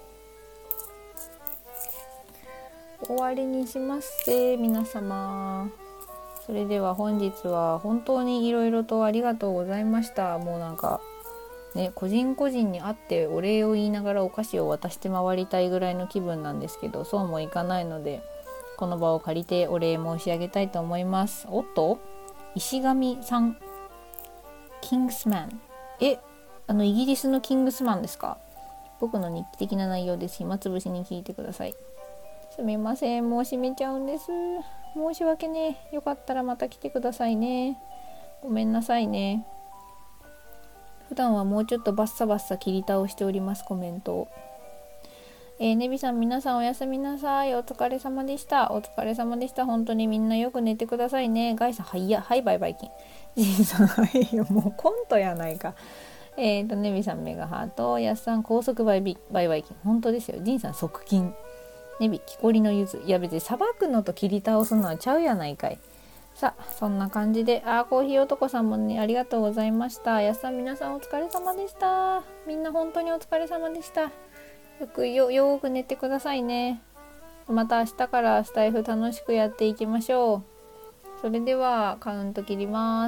終わりにしますぜ、皆様。それでは本日は本当にいろいろとありがとうございました。もうなんかね、個人個人に会ってお礼を言いながらお菓子を渡して回りたいぐらいの気分なんですけど、そうもいかないので、この場を借りてお礼申し上げたいと思います。おっと、石上さん、キングスマン。イギリスのキングスマンですか？僕の日記的な内容です。暇つぶしに聞いてください。すみません、もう閉めちゃうんです。申し訳ね。よかったらまた来てくださいね。ごめんなさいね。普段はもうちょっとバッサバッサ切り倒しております、コメントを。ネビさん、皆さんおやすみなさい。お疲れ様でした。お疲れ様でした。本当にみんなよく寝てくださいね。ガイさん、はい、バイバイキン。ジンさん、はいよ、もうコントやないか。ネビさん、メガハート。ヤスさん、高速バイバイキン。本当ですよ。ジンさん、側近。ネビ、木こりのゆず。いや別にさばくのと切り倒すのはちゃうやないかい。さあ、そんな感じで、コーヒー男さんもね、ありがとうございました。やすさん、皆さんお疲れ様でした。みんな本当にお疲れ様でした。よく寝てくださいね。また明日からスタイフ楽しくやっていきましょう。それではカウント切ります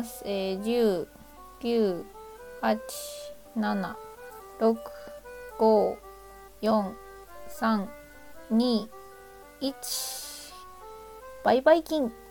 。10、9、8、7、6、5、4、3、2、1。バイバイキン。